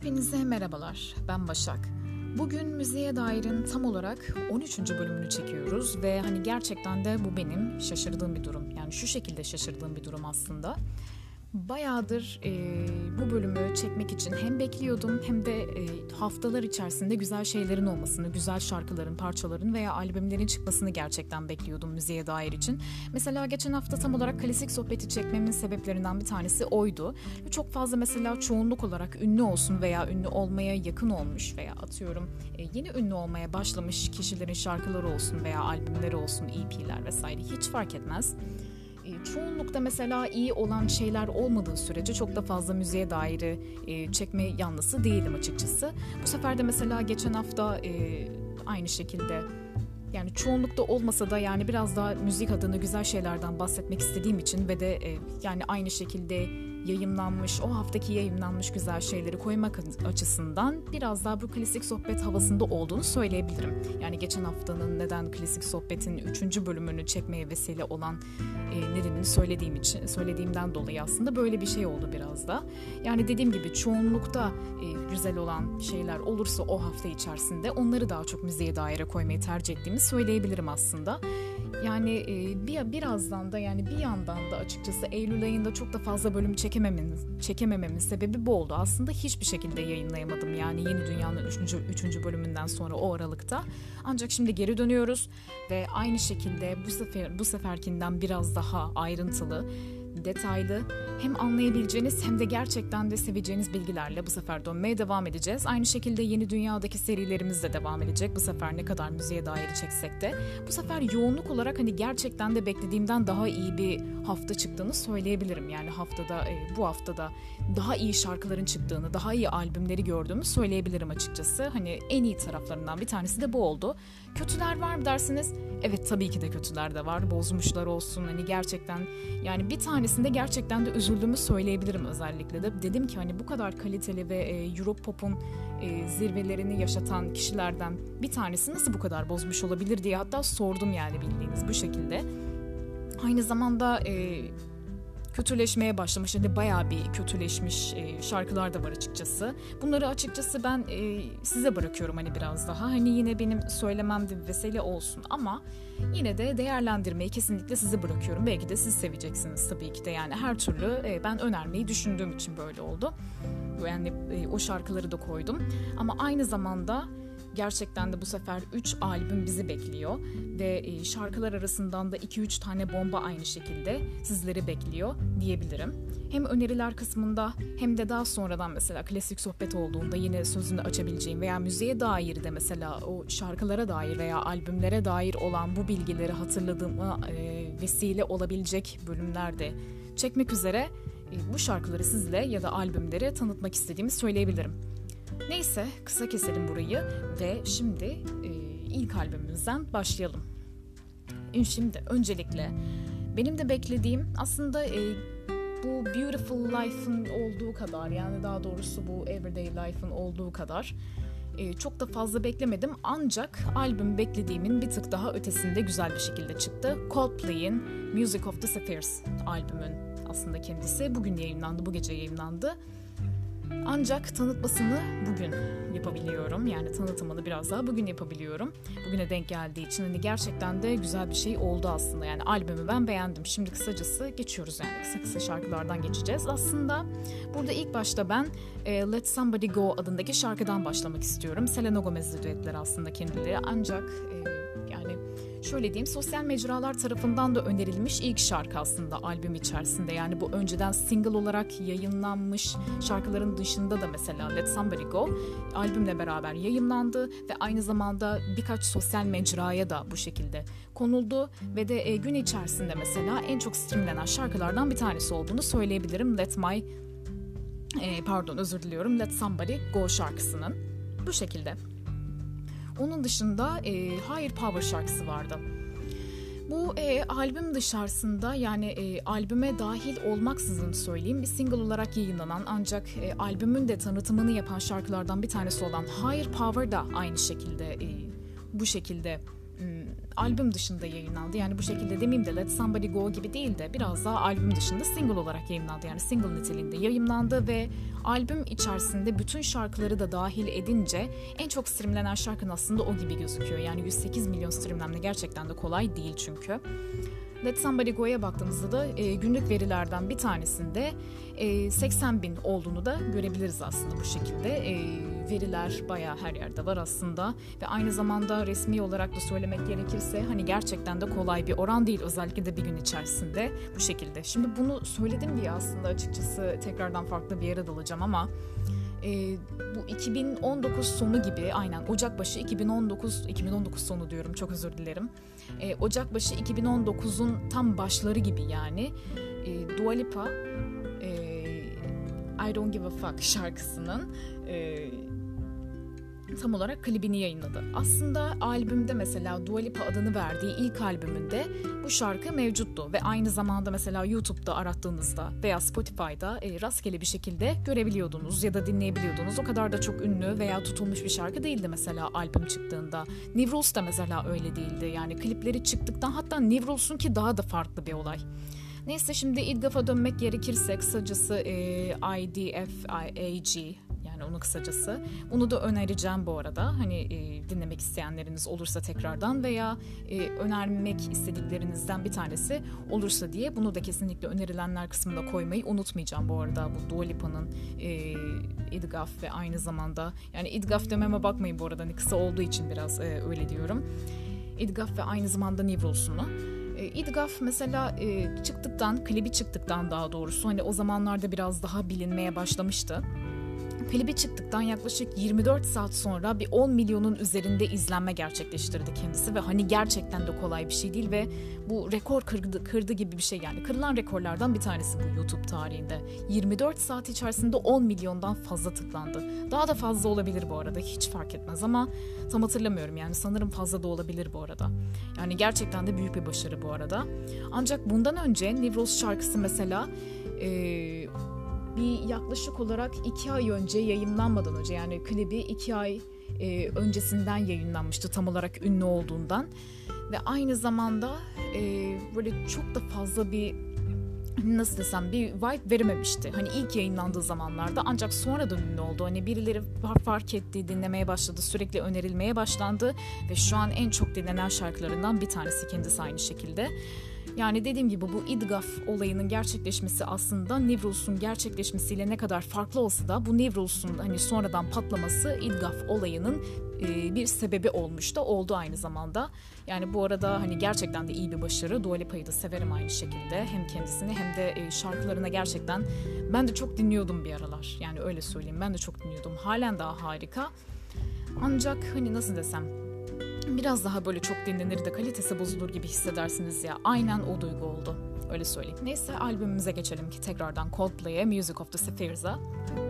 Hepinize merhabalar, ben Başak. Bugün Müziğe Dair'in tam olarak 13. bölümünü çekiyoruz ve gerçekten de bu benim şaşırdığım bir durum. Yani şu şekilde şaşırdığım bir durum aslında. Bayağıdır bu bölümü çekmek için hem bekliyordum hem de haftalar içerisinde güzel şeylerin olmasını, güzel şarkıların, parçaların veya albümlerin çıkmasını gerçekten bekliyordum Müziğe Dair için. Mesela geçen hafta tam olarak klasik sohbeti çekmemin sebeplerinden bir tanesi oydu. Çok fazla mesela çoğunluk olarak ünlü olsun veya ünlü olmaya yakın olmuş veya atıyorum yeni ünlü olmaya başlamış kişilerin şarkıları olsun veya albümleri olsun, EP'ler vesaire hiç fark etmez. Çoğunlukta mesela iyi olan şeyler olmadığı sürece çok da fazla müziğe dair çekme yanlısı değilim açıkçası. Bu sefer de mesela geçen hafta aynı şekilde yani çoğunlukta olmasa da yani biraz daha müzik adına güzel şeylerden bahsetmek istediğim için ve de yani aynı şekilde o haftaki yayınlanmış güzel şeyleri koymak açısından biraz daha bu klasik sohbet havasında olduğunu söyleyebilirim. Yani geçen haftanın neden klasik sohbetin 3. bölümünü çekmeye vesile olan nedenini söylediğimden dolayı aslında böyle bir şey oldu biraz da. Yani dediğim gibi çoğunlukta güzel olan şeyler olursa o hafta içerisinde onları daha çok müziğe daire koymayı tercih ettiğimi söyleyebilirim aslında. Yani birazdan da yani bir yandan da açıkçası Eylül ayında çok da fazla bölüm çekemememin sebebi bu oldu. Aslında hiçbir şekilde yayınlayamadım yani Yeni Dünya'nın 3. bölümünden sonra o aralıkta. Ancak şimdi geri dönüyoruz ve aynı şekilde bu seferkinden biraz daha ayrıntılı, detaylı hem anlayabileceğiniz hem de gerçekten de seveceğiniz bilgilerle bu sefer dönmeye devam edeceğiz. Aynı şekilde Yeni Dünya'daki serilerimiz de devam edecek. Bu sefer ne kadar müziğe dair çeksek de. Bu sefer yoğunluk olarak gerçekten de beklediğimden daha iyi bir hafta çıktığını söyleyebilirim. Yani bu haftada daha iyi şarkıların çıktığını, daha iyi albümleri gördüğümü söyleyebilirim açıkçası. En iyi taraflarından bir tanesi de bu oldu. Kötüler var mı dersiniz? Evet, tabii ki de kötüler de var. Bozmuşlar olsun gerçekten yani bir tanesinde gerçekten de üzüldüğümü söyleyebilirim özellikle de. Dedim ki bu kadar kaliteli ve Europop'un zirvelerini yaşatan kişilerden bir tanesi nasıl bu kadar bozmuş olabilir diye hatta sordum yani bildiğiniz bu şekilde. Aynı zamanda kötüleşmeye başlamış. Bayağı bir kötüleşmiş şarkılar da var açıkçası. Bunları açıkçası ben size bırakıyorum biraz daha. Yine benim söylemem de bir vesile olsun ama yine de değerlendirmeyi kesinlikle size bırakıyorum. Belki de siz seveceksiniz tabii ki de yani her türlü ben önermeyi düşündüğüm için böyle oldu. Yani o şarkıları da koydum. Ama aynı zamanda gerçekten de bu sefer 3 albüm bizi bekliyor ve şarkılar arasından da 2-3 tane bomba aynı şekilde sizleri bekliyor diyebilirim. Hem öneriler kısmında hem de daha sonradan mesela klasik sohbet olduğunda yine sözünü açabileceğim veya müziğe dair de mesela o şarkılara dair veya albümlere dair olan bu bilgileri hatırladığıma vesile olabilecek bölümlerde çekmek üzere bu şarkıları sizle ya da albümleri tanıtmak istediğimi söyleyebilirim. Neyse, kısa keselim burayı ve şimdi ilk albümümüzden başlayalım. Şimdi öncelikle benim de beklediğim aslında bu Beautiful Life'ın olduğu kadar yani daha doğrusu bu Everyday Life'ın olduğu kadar çok da fazla beklemedim ancak albüm beklediğimin bir tık daha ötesinde güzel bir şekilde çıktı. Coldplay'in Music of the Spheres albümün aslında kendisi bu gece yayınlandı. Ancak tanıtmasını bugün yapabiliyorum. Yani tanıtımını biraz daha bugün yapabiliyorum. Bugüne denk geldiği için gerçekten de güzel bir şey oldu aslında. Yani albümü ben beğendim. Şimdi kısacası geçiyoruz yani. Kısa şarkılardan geçeceğiz. Aslında burada ilk başta ben Let Somebody Go adındaki şarkıdan başlamak istiyorum. Selena Gomez'li düetler aslında kendileri. Ancak şöyle diyeyim, sosyal mecralar tarafından da önerilmiş ilk şarkı aslında albüm içerisinde. Yani bu önceden single olarak yayınlanmış şarkıların dışında da mesela Let Somebody Go albümle beraber yayınlandı ve aynı zamanda birkaç sosyal mecraya da bu şekilde konuldu ve de gün içerisinde mesela en çok streamlenen şarkılardan bir tanesi olduğunu söyleyebilirim. Let Somebody Go şarkısının bu şekilde. Onun dışında Higher Power şarkısı vardı. Bu albüm dışarısında yani albüme dahil olmaksızın söyleyeyim bir single olarak yayınlanan ancak albümün de tanıtımını yapan şarkılardan bir tanesi olan Higher Power da aynı şekilde bu şekilde albüm dışında yayınlandı. Yani bu şekilde demeyeyim de Let Somebody Go gibi değil de biraz daha albüm dışında single olarak yayınlandı. Yani single niteliğinde yayınlandı ve albüm içerisinde bütün şarkıları da dahil edince en çok streamlenen şarkının aslında o gibi gözüküyor. Yani 108 milyon streamlenme gerçekten de kolay değil çünkü. Let Somebody Go'ya baktığımızda da günlük verilerden bir tanesinde 80 bin olduğunu da görebiliriz aslında bu şekilde. Veriler bayağı her yerde var aslında ve aynı zamanda resmi olarak da söylemek gerekirse hani gerçekten de kolay bir oran değil, özellikle de bir gün içerisinde bu şekilde. Şimdi bunu söyledim diye aslında açıkçası tekrardan farklı bir yere dalacağım ama bu 2019 sonu gibi, aynen Ocak başı 2019 sonu diyorum, çok özür dilerim. Ocak başı 2019'un tam başları gibi yani Dua Lipa I Don't Give a Fuck şarkısının tam olarak klibini yayınladı. Aslında albümde mesela Dua Lipa adını verdiği ilk albümünde bu şarkı mevcuttu ve aynı zamanda mesela YouTube'da arattığınızda veya Spotify'da rastgele bir şekilde görebiliyordunuz ya da dinleyebiliyordunuz. O kadar da çok ünlü veya tutulmuş bir şarkı değildi mesela albüm çıktığında. New Rules da mesela öyle değildi. Yani klipleri çıktıktan, hatta New Rules'unki daha da farklı bir olay. Neyse, şimdi İDGAF'a dönmek gerekirse kısacası IDFAG, yani onun kısacası. Bunu da önereceğim bu arada. Hani dinlemek isteyenleriniz olursa tekrardan veya önermek istediklerinizden bir tanesi olursa diye, bunu da kesinlikle önerilenler kısmına koymayı unutmayacağım bu arada. Bu Dua Lipa'nın İDGAF ve aynı zamanda, yani İDGAF dememe bakmayın bu arada, hani kısa olduğu için biraz öyle diyorum. İDGAF ve aynı zamanda New Rules'unu. İDGAF mesela klibi çıktıktan daha doğrusu, hani o zamanlarda biraz daha bilinmeye başlamıştı. Klibi çıktıktan yaklaşık 24 saat sonra bir 10 milyonun üzerinde izlenme gerçekleştirdi kendisi ve hani gerçekten de kolay bir şey değil ve bu rekor kırdı gibi bir şey, yani kırılan rekorlardan bir tanesi bu YouTube tarihinde. 24 saat içerisinde 10 milyondan fazla tıklandı. Daha da fazla olabilir bu arada, hiç fark etmez ama tam hatırlamıyorum, yani sanırım fazla da olabilir bu arada. Yani gerçekten de büyük bir başarı bu arada. Ancak bundan önce New Rules şarkısı mesela bir yaklaşık olarak 2 ay önce yayınlanmadan önce, yani klibi 2 ay öncesinden yayınlanmıştı tam olarak ünlü olduğundan ve aynı zamanda böyle çok da fazla bir, nasıl desem, bir vibe verememişti. Hani ilk yayınlandığı zamanlarda, ancak sonradan ünlü oldu. Hani birileri fark etti, dinlemeye başladı, sürekli önerilmeye başlandı ve şu an en çok dinlenen şarkılarından bir tanesi kendisi aynı şekilde. Yani dediğim gibi bu İDGAF olayının gerçekleşmesi aslında New Rules'un gerçekleşmesiyle ne kadar farklı olsa da bu New Rules'un hani sonradan patlaması İDGAF olayının bir sebebi olmuş da oldu aynı zamanda. Yani bu arada hani gerçekten de iyi bir başarı. Dua Lipa'yı da severim aynı şekilde. Hem kendisini hem de şarkılarına gerçekten ben de çok dinliyordum bir aralar. Yani öyle söyleyeyim, ben de çok dinliyordum. Halen daha harika. Ancak hani nasıl desem, biraz daha böyle çok dinlenir de kalitesi bozulur gibi hissedersiniz ya. Aynen o duygu oldu. Öyle söyleyeyim. Neyse, albümümüze geçelim ki tekrardan Coldplay'e, Music of the Spheres'a.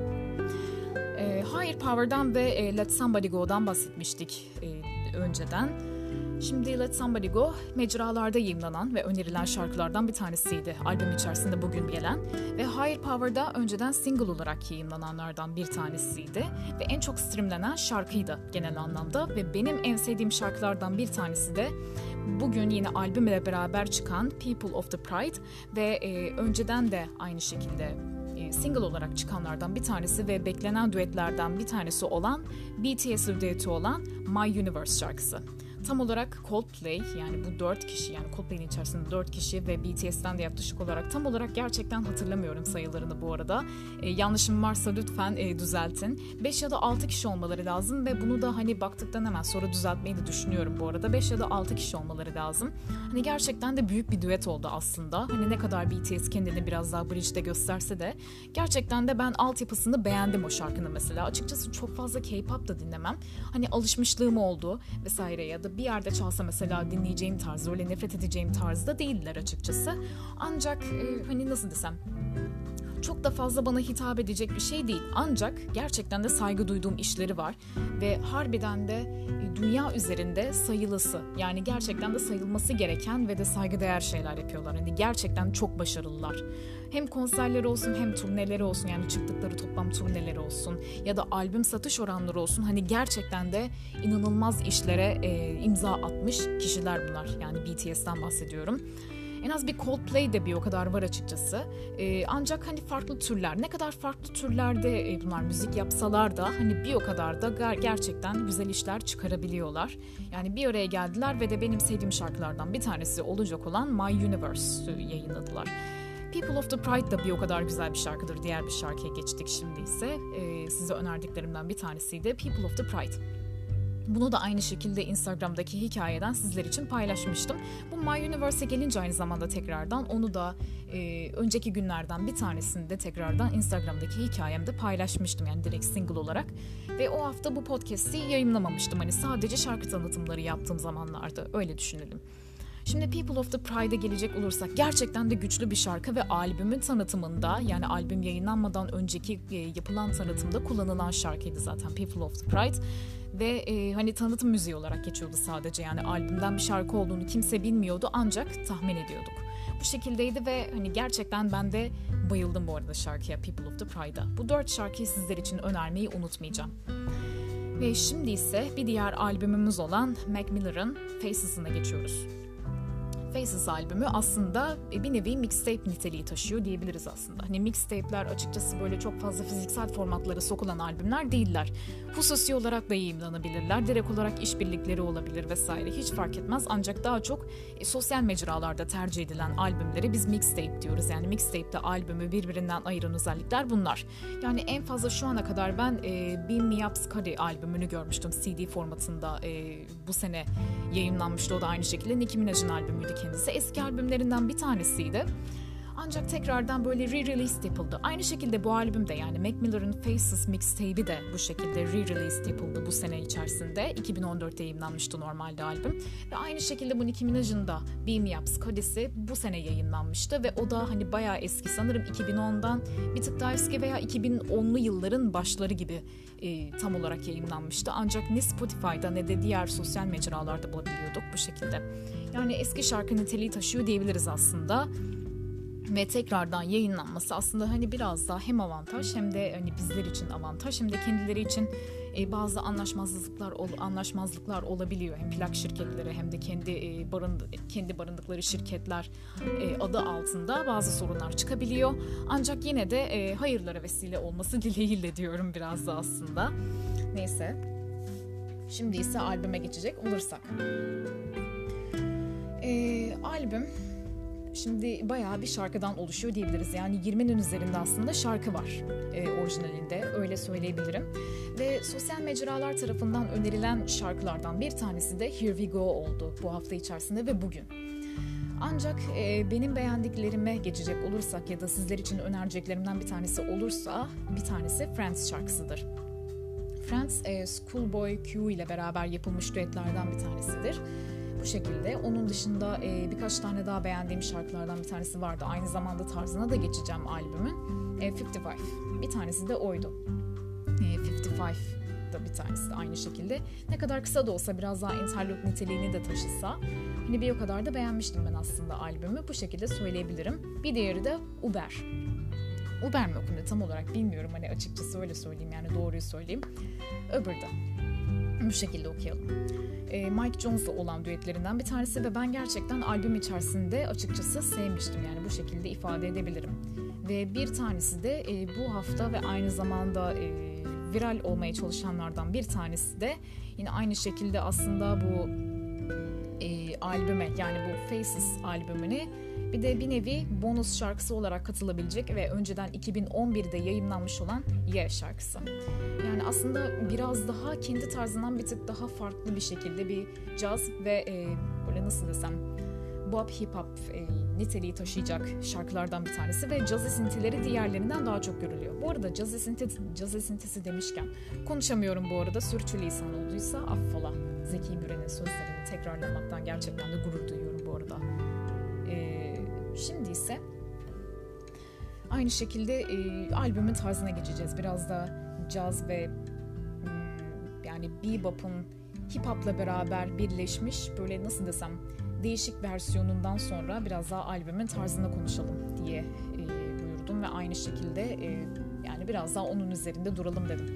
Higher Power'dan ve Let Somebody Go'dan bahsetmiştik önceden. Şimdi Let Somebody Go mecralarda yayınlanan ve önerilen şarkılardan bir tanesiydi albüm içerisinde bugün gelen ve Higher Power'da önceden single olarak yayınlananlardan bir tanesiydi ve en çok streamlenen şarkıydı genel anlamda ve benim en sevdiğim şarkılardan bir tanesi de bugün yine albümle beraber çıkan People of the Pride ve önceden de aynı şekilde single olarak çıkanlardan bir tanesi ve beklenen düetlerden bir tanesi olan BTS düeti olan My Universe şarkısı. Tam olarak Coldplay, yani bu 4 kişi, yani Coldplay'in içerisinde 4 kişi ve BTS'ten de yaklaşık olarak, tam olarak gerçekten hatırlamıyorum sayılarını bu arada. Yanlışım varsa lütfen düzeltin. 5 ya da 6 kişi olmaları lazım ve bunu da hani baktıktan hemen sonra düzeltmeyi de düşünüyorum bu arada. 5 ya da 6 kişi olmaları lazım. Hani gerçekten de büyük bir düet oldu aslında. Hani ne kadar BTS kendini biraz daha bridge'de gösterse de gerçekten de ben altyapısını beğendim o şarkının mesela. Açıkçası çok fazla K-pop da dinlemem. Hani alışmışlığım oldu vesaire, ya da bir yerde çalsa mesela dinleyeceğim tarzı, öyle nefret edeceğim tarzda değiller açıkçası. Ancak hani nasıl desem, çok da fazla bana hitap edecek bir şey değil. Ancak gerçekten de saygı duyduğum işleri var ve harbiden de dünya üzerinde sayılısı, yani gerçekten de sayılması gereken ve de saygıdeğer şeyler yapıyorlar. Hani gerçekten çok başarılılar. Hem konserleri olsun hem turneleri olsun, yani çıktıkları toplam turneleri olsun ya da albüm satış oranları olsun, hani gerçekten de inanılmaz işlere imza atmış kişiler bunlar. Yani BTS'ten bahsediyorum. En az bir Coldplay de bir o kadar var açıkçası. Ancak hani farklı türler, ne kadar farklı türlerde bunlar müzik yapsalar da hani bir o kadar da gerçekten güzel işler çıkarabiliyorlar. Yani bir araya geldiler ve de benim sevdiğim şarkılardan bir tanesi olacak olan My Universe'ü yayınladılar. People of the Pride da bir o kadar güzel bir şarkıdır. Diğer bir şarkıya geçtik şimdi ise. Size önerdiklerimden bir tanesiydi People of the Pride. Bunu da aynı şekilde Instagram'daki hikayeden sizler için paylaşmıştım. Bu My Universe'e gelince aynı zamanda tekrardan onu da önceki günlerden bir tanesinde tekrardan Instagram'daki hikayemde paylaşmıştım. Yani direkt single olarak. Ve o hafta bu podcast'i yayınlamamıştım. Hani sadece şarkı tanıtımları yaptığım zamanlarda öyle düşünelim. Şimdi People of the Pride'e gelecek olursak gerçekten de güçlü bir şarkı ve albümün tanıtımında, yani albüm yayınlanmadan önceki yapılan tanıtımda kullanılan şarkıydı zaten People of the Pride. Ve hani tanıtım müziği olarak geçiyordu sadece, yani albümden bir şarkı olduğunu kimse bilmiyordu ancak tahmin ediyorduk. Bu şekildeydi ve hani gerçekten ben de bayıldım bu arada şarkıya, People of the Pride'a. Bu 4 şarkıyı sizler için önermeyi unutmayacağım. Ve şimdi ise bir diğer albümümüz olan Mac Miller'ın Faces'ına geçiyoruz. Faces albümü aslında bir nevi mixtape niteliği taşıyor diyebiliriz aslında. Hani mixtape'ler açıkçası böyle çok fazla fiziksel formatlara sokulan albümler değiller. Hususi olarak da yayımlanabilirler, direkt olarak işbirlikleri olabilir vesaire, hiç fark etmez. Ancak daha çok sosyal mecralarda tercih edilen albümleri biz mixtape diyoruz. Yani mixtape'de albümü birbirinden ayıran özellikler bunlar. Yani en fazla şu ana kadar ben Beam Me Up Scotty albümünü görmüştüm CD formatında, bu sene yayınlanmıştı. O da aynı şekilde Nicki Minaj'ın albümüydü kendisi. Eski albümlerinden bir tanesiydi. Ancak tekrardan böyle re-release yapıldı. Aynı şekilde bu albümde, yani Mac Miller'ın Faces mixtape'i de bu şekilde re-release yapıldı bu sene içerisinde. 2014'te yayınlanmıştı normalde albüm. Ve aynı şekilde bu Nicki Minaj'ın da Beam Me Up Scotty'si bu sene yayınlanmıştı. Ve o da hani bayağı eski, sanırım 2010'dan bir tık daha eski veya 2010'lu yılların başları gibi tam olarak yayınlanmıştı. Ancak ne Spotify'da ne de diğer sosyal mecralarda bulabiliyorduk bu şekilde. Yani eski şarkı niteliği taşıyor diyebiliriz aslında. Ve tekrardan yayınlanması aslında hani biraz daha hem avantaj hem de hani bizler için avantaj, hem de kendileri için bazı anlaşmazlıklar olabiliyor. Hem plak şirketleri hem de kendi barındıkları şirketler adı altında bazı sorunlar çıkabiliyor. Ancak yine de hayırlara vesile olması dileğiyle diyorum biraz da aslında. Neyse. Şimdi ise albüme geçecek olursak. Albüm şimdi bayağı bir şarkıdan oluşuyor diyebiliriz. Yani 20'nin üzerinde aslında şarkı var orijinalinde, öyle söyleyebilirim. Ve sosyal mecralar tarafından önerilen şarkılardan bir tanesi de Here We Go oldu bu hafta içerisinde ve bugün. Ancak benim beğendiklerime geçecek olursak ya da sizler için önereceklerimden bir tanesi olursa, bir tanesi Friends şarkısıdır. Friends, Schoolboy Q ile beraber yapılmış düetlerden bir tanesidir. Bu şekilde. Onun dışında birkaç tane daha beğendiğim şarkılardan bir tanesi vardı. Aynı zamanda tarzına da geçeceğim albümün. 55. Bir tanesi de oydu. 55 da bir tanesi de aynı şekilde. Ne kadar kısa da olsa, biraz daha interlude niteliğini de taşısa, hani bir o kadar da beğenmiştim ben aslında albümü. Bu şekilde söyleyebilirim. Bir diğeri de Uber. Uber mi okunuyor tam olarak bilmiyorum. Hani açıkçası öyle söyleyeyim, yani doğruyu söyleyeyim. Uber'da. Bu şekilde okuyalım. Mike Jones'la olan düetlerinden bir tanesi ve ben gerçekten albüm içerisinde açıkçası sevmiştim, yani bu şekilde ifade edebilirim. Ve bir tanesi de bu hafta ve aynı zamanda viral olmaya çalışanlardan bir tanesi de yine aynı şekilde aslında bu albüme, yani bu Faces albümüne bir de bir nevi bonus şarkısı olarak katılabilecek ve önceden 2011'de yayınlanmış olan Yeah şarkısı. Yani aslında biraz daha kendi tarzından bir tık daha farklı bir şekilde bir caz ve böyle nasıl desem bop hip hop niteliği taşıyacak şarkılardan bir tanesi ve caz esintileri diğerlerinden daha çok görülüyor. Bu arada caz esintisi demişken konuşamıyorum bu arada, sürçülisan olduysa affola. Zeki Müren'in sözlerini tekrarlamaktan gerçekten de gurur duyuyorum bu arada. Şimdi ise aynı şekilde albümün tarzına geçeceğiz. Biraz da caz ve yani bebop'un hip hop'la beraber birleşmiş böyle nasıl desem değişik versiyonundan sonra biraz daha albümün tarzına konuşalım diye buyurdum ve aynı şekilde yani biraz daha onun üzerinde duralım dedim.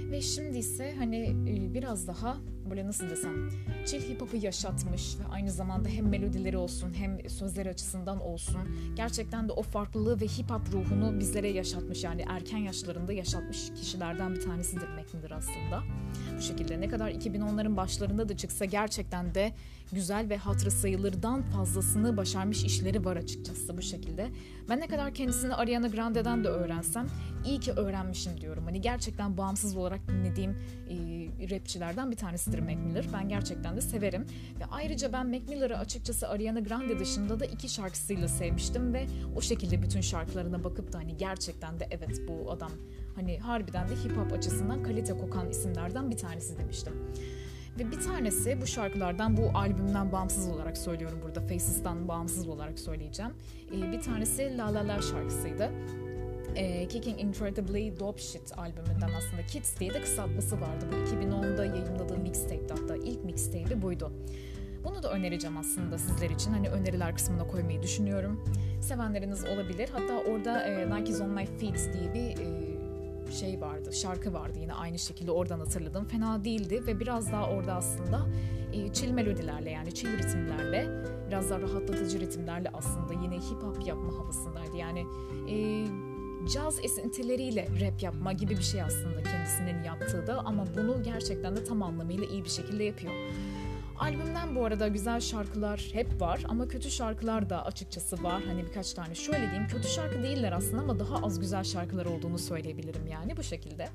Ve şimdi ise hani biraz daha böyle nasıl desem chill hip hop'u yaşatmış ve aynı zamanda hem melodileri olsun hem sözleri açısından olsun gerçekten de o farklılığı ve hip hop ruhunu bizlere yaşatmış, yani erken yaşlarında yaşatmış kişilerden bir tanesidir Mac Miller aslında. Bu şekilde ne kadar 2010'ların başlarında da çıksa gerçekten de güzel ve hatırı sayılırdan fazlasını başarmış işleri var açıkçası bu şekilde. Ben ne kadar kendisini Ariana Grande'den de öğrensem iyi ki öğrenmişim diyorum. Hani gerçekten bağımsız olarak dinlediğim rapçilerden bir tanesidir Mac Miller. Ben gerçekten de severim. Ve ayrıca ben Mac Miller'ı açıkçası Ariana Grande dışında da 2 şarkısıyla sevmiştim ve o şekilde bütün şarkılarına bakıp da hani gerçekten de evet bu adam hani harbiden de hip hop açısından kalite kokan isimlerden bir tanesi demiştim. Ve bir tanesi bu şarkılardan, bu albümden bağımsız olarak söylüyorum burada, Faces'tan bağımsız olarak söyleyeceğim. Bir tanesi La La La şarkısıydı. Kicking Incredibly Dope Shit albümünden aslında Kids diye de kısaltması vardı. Bu 2010'da yayınladığı mixtape'di, hatta ilk mixtape'i buydu. Bunu da önereceğim aslında sizler için. Hani öneriler kısmına koymayı düşünüyorum. Sevenleriniz olabilir. Hatta orada Nike's On My Feet diye bir şey vardı, şarkı vardı yine aynı şekilde, oradan hatırladım. Fena değildi ve biraz daha orada aslında chill melodilerle, yani chill ritimlerle, biraz daha rahatlatıcı ritimlerle aslında yine hip hop yapma havasındaydı. Yani caz esintileriyle rap yapma gibi bir şey aslında kendisinin yaptığı da, ama bunu gerçekten de tam anlamıyla iyi bir şekilde yapıyor. Albümden bu arada güzel şarkılar hep var ama kötü şarkılar da açıkçası var. Hani birkaç tane şöyle diyeyim, kötü şarkı değiller aslında ama daha az güzel şarkılar olduğunu söyleyebilirim, yani bu şekilde.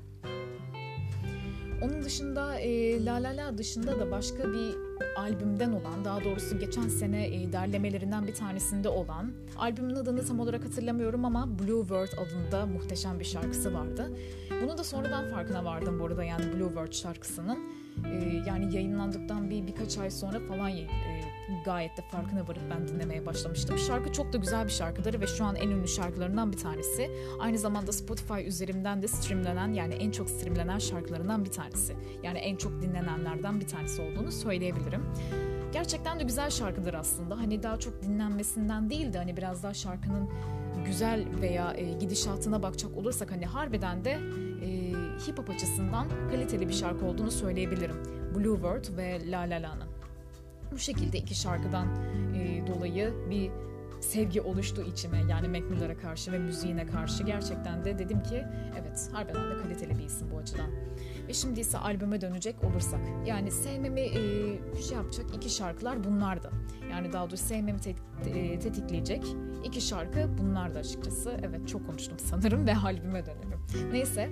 Onun dışında La La La dışında da başka bir albümden olan, daha doğrusu geçen sene derlemelerinden bir tanesinde olan, albümün adını tam olarak hatırlamıyorum ama Blue World adında muhteşem bir şarkısı vardı. Bunu da sonradan farkına vardım bu arada, yani Blue World şarkısının. Yani yayınlandıktan birkaç ay sonra falan gayet de farkına varıp ben dinlemeye başlamıştım. Şarkı çok da güzel bir şarkıdır ve şu an en ünlü şarkılarından bir tanesi. Aynı zamanda Spotify üzerinden de streamlenen, yani en çok streamlenen şarkılarından bir tanesi. Yani en çok dinlenenlerden bir tanesi olduğunu söyleyebilirim. Gerçekten de güzel şarkıdır aslında. Hani daha çok dinlenmesinden değil de hani biraz daha şarkının güzel veya gidişatına bakacak olursak hani harbiden de hip hop açısından kaliteli bir şarkı olduğunu söyleyebilirim. Blue World ve La La La'nın. Bu şekilde 2 şarkıdan dolayı bir sevgi oluştu içime, yani Mac Miller'a karşı ve müziğine karşı. Gerçekten de dedim ki evet, harbiden de kaliteli bir isim bu açıdan. Ve şimdi ise albüme dönecek olursak, yani sevmemi şey yapacak 2 şarkılar bunlardı. Yani daha doğrusu sevmemi tetikleyecek 2 şarkı bunlardı açıkçası. Evet, çok konuştum sanırım ve albüme dönelim. Neyse.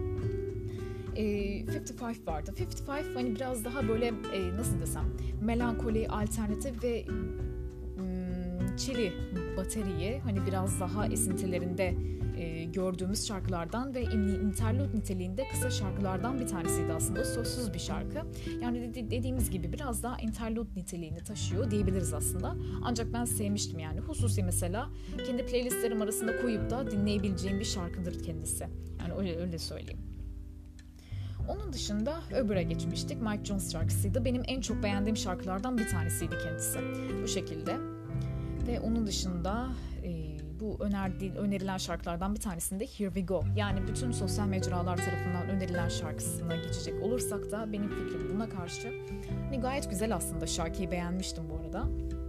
55 vardı. 55 hani biraz daha böyle nasıl desem melankoli, alternatif ve chili bateriyi hani biraz daha esintilerinde gördüğümüz şarkılardan ve interlude niteliğinde kısa şarkılardan bir tanesiydi aslında. Sözsüz bir şarkı. Yani dediğimiz gibi biraz daha interlude niteliğini taşıyor diyebiliriz aslında. Ancak ben sevmiştim yani. Hususi mesela kendi playlistlerim arasında koyup da dinleyebileceğim bir şarkıdır kendisi. Yani öyle söyleyeyim. Onun dışında öbüre geçmiştik. Mike Jones şarkısıydı. Benim en çok beğendiğim şarkılardan bir tanesiydi kendisi. Bu şekilde. Ve onun dışında bu önerilen şarkılardan bir tanesinde Here We Go. Yani bütün sosyal mecralar tarafından önerilen şarkısına geçecek olursak da benim fikrim buna karşı gayet güzel aslında. Şarkıyı beğenmiştim bu arada.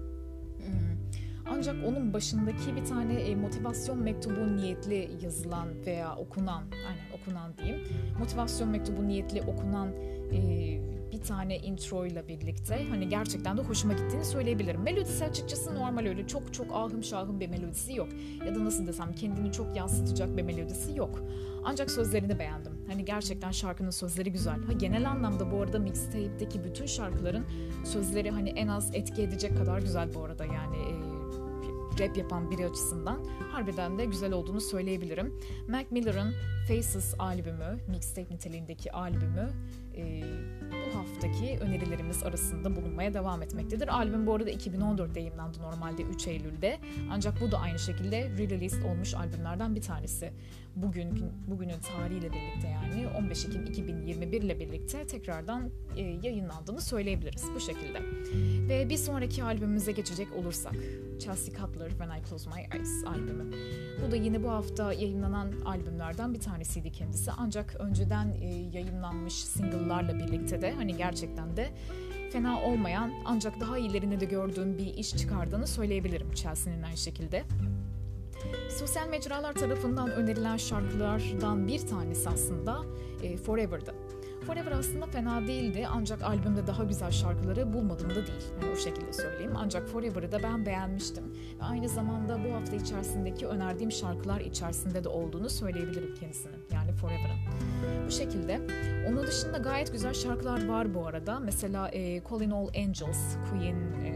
Ancak onun başındaki bir tane motivasyon mektubu niyetli yazılan veya okunan diyeyim. Motivasyon mektubu niyetli okunan bir tane intro ile birlikte hani gerçekten de hoşuma gittiğini söyleyebilirim. Melodisi açıkçası normal, öyle çok çok ahım şahım bir melodisi yok. Ya da nasıl desem kendini çok yansıtacak bir melodisi yok. Ancak sözlerini beğendim. Hani gerçekten şarkının sözleri güzel. Genel anlamda bu arada mixtape'deki bütün şarkıların sözleri hani en az etki edecek kadar güzel bu arada, yani rap yapan biri açısından harbiden de güzel olduğunu söyleyebilirim. Mac Miller'ın Faces albümü, mixtape niteliğindeki albümü bu haftaki önerilerimiz arasında bulunmaya devam etmektedir. Albüm bu arada 2014'te yayınlandı, normalde 3 Eylül'de. Ancak bu da aynı şekilde re-release olmuş albümlerden bir tanesi. Bugünün tarihiyle birlikte, yani 15 Ekim 2021 ile birlikte tekrardan yayınlandığını söyleyebiliriz bu şekilde. Ve bir sonraki albümümüze geçecek olursak, Chelsea Cutler When I Close My Eyes albümü. Bu da yine bu hafta yayınlanan albümlerden bir tanesiydi kendisi. Ancak önceden yayınlanmış single'larla birlikte de hani gerçekten de fena olmayan ancak daha iyilerini de gördüğüm bir iş çıkardığını söyleyebilirim Chelsea'nin aynı şekilde. Sosyal mecralar tarafından önerilen şarkılardan bir tanesi aslında Forever'dı. Forever aslında fena değildi ancak albümde daha güzel şarkıları bulmadım da değil. Yani o şekilde söyleyeyim. Ancak Forever'ı da ben beğenmiştim. Ve aynı zamanda bu hafta içerisindeki önerdiğim şarkılar içerisinde de olduğunu söyleyebilirim kendisinin. Yani Forever'ın. Bu şekilde. Onun dışında gayet güzel şarkılar var bu arada. Mesela Calling All Angels, Queen,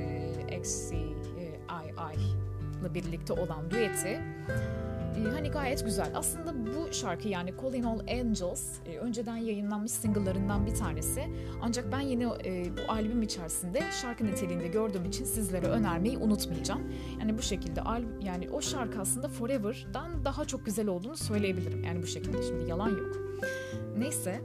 XCII birlikte olan düeti hani gayet güzel. Aslında bu şarkı yani Calling All Angels önceden yayınlanmış single'larından bir tanesi. Ancak ben yine bu albüm içerisinde şarkı niteliğinde gördüğüm için sizlere önermeyi unutmayacağım. Yani bu şekilde yani o şarkı aslında Forever'dan daha çok güzel olduğunu söyleyebilirim. Yani bu şekilde şimdi yalan yok. Neyse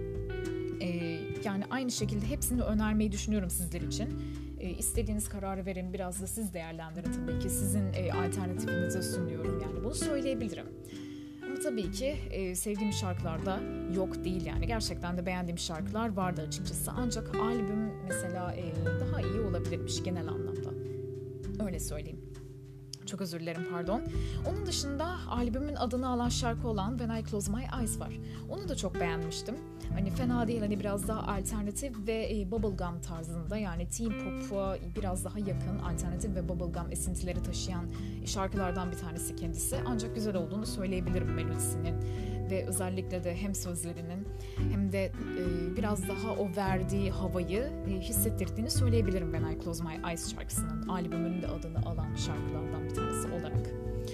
yani aynı şekilde hepsini önermeyi düşünüyorum sizler için. İstediğiniz kararı verin, biraz da siz değerlendirin tabii ki. Sizin alternatifinize sunuyorum yani bunu söyleyebilirim. Ama tabii ki sevdiğim şarkılar da yok değil yani. Gerçekten de beğendiğim şarkılar vardı açıkçası. Ancak albüm mesela daha iyi olabilirmiş genel anlamda. Öyle söyleyeyim. Çok özür dilerim, pardon. Onun dışında albümün adını alan şarkı olan When I Close My Eyes var. Onu da çok beğenmiştim. Hani fena değil, hani biraz daha alternatif ve bubblegum tarzında, yani teen pop'a biraz daha yakın alternatif ve bubblegum esintileri taşıyan şarkılardan bir tanesi kendisi. Ancak güzel olduğunu söyleyebilirim melodisinin ve özellikle de hem sözlerinin hem de biraz daha o verdiği havayı hissettirdiğini söyleyebilirim When I Close My Eyes şarkısının, albümünün de adını alan şarkılardan bir tanesi olarak.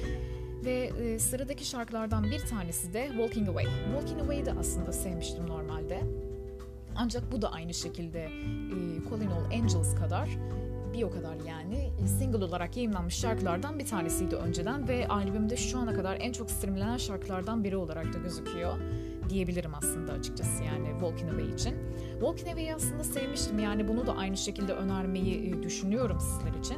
Ve sıradaki şarkılardan bir tanesi de Walking Away. Walking Away'i de aslında sevmiştim normalde. Ancak bu da aynı şekilde Calling All Angels kadar, bir o kadar yani single olarak yayınlanmış şarkılardan bir tanesiydi önceden ve albümde şu ana kadar en çok streamlenen şarkılardan biri olarak da gözüküyor diyebilirim aslında açıkçası, yani Walking Away için. Walking Away'i aslında sevmiştim, yani bunu da aynı şekilde önermeyi düşünüyorum sizler için.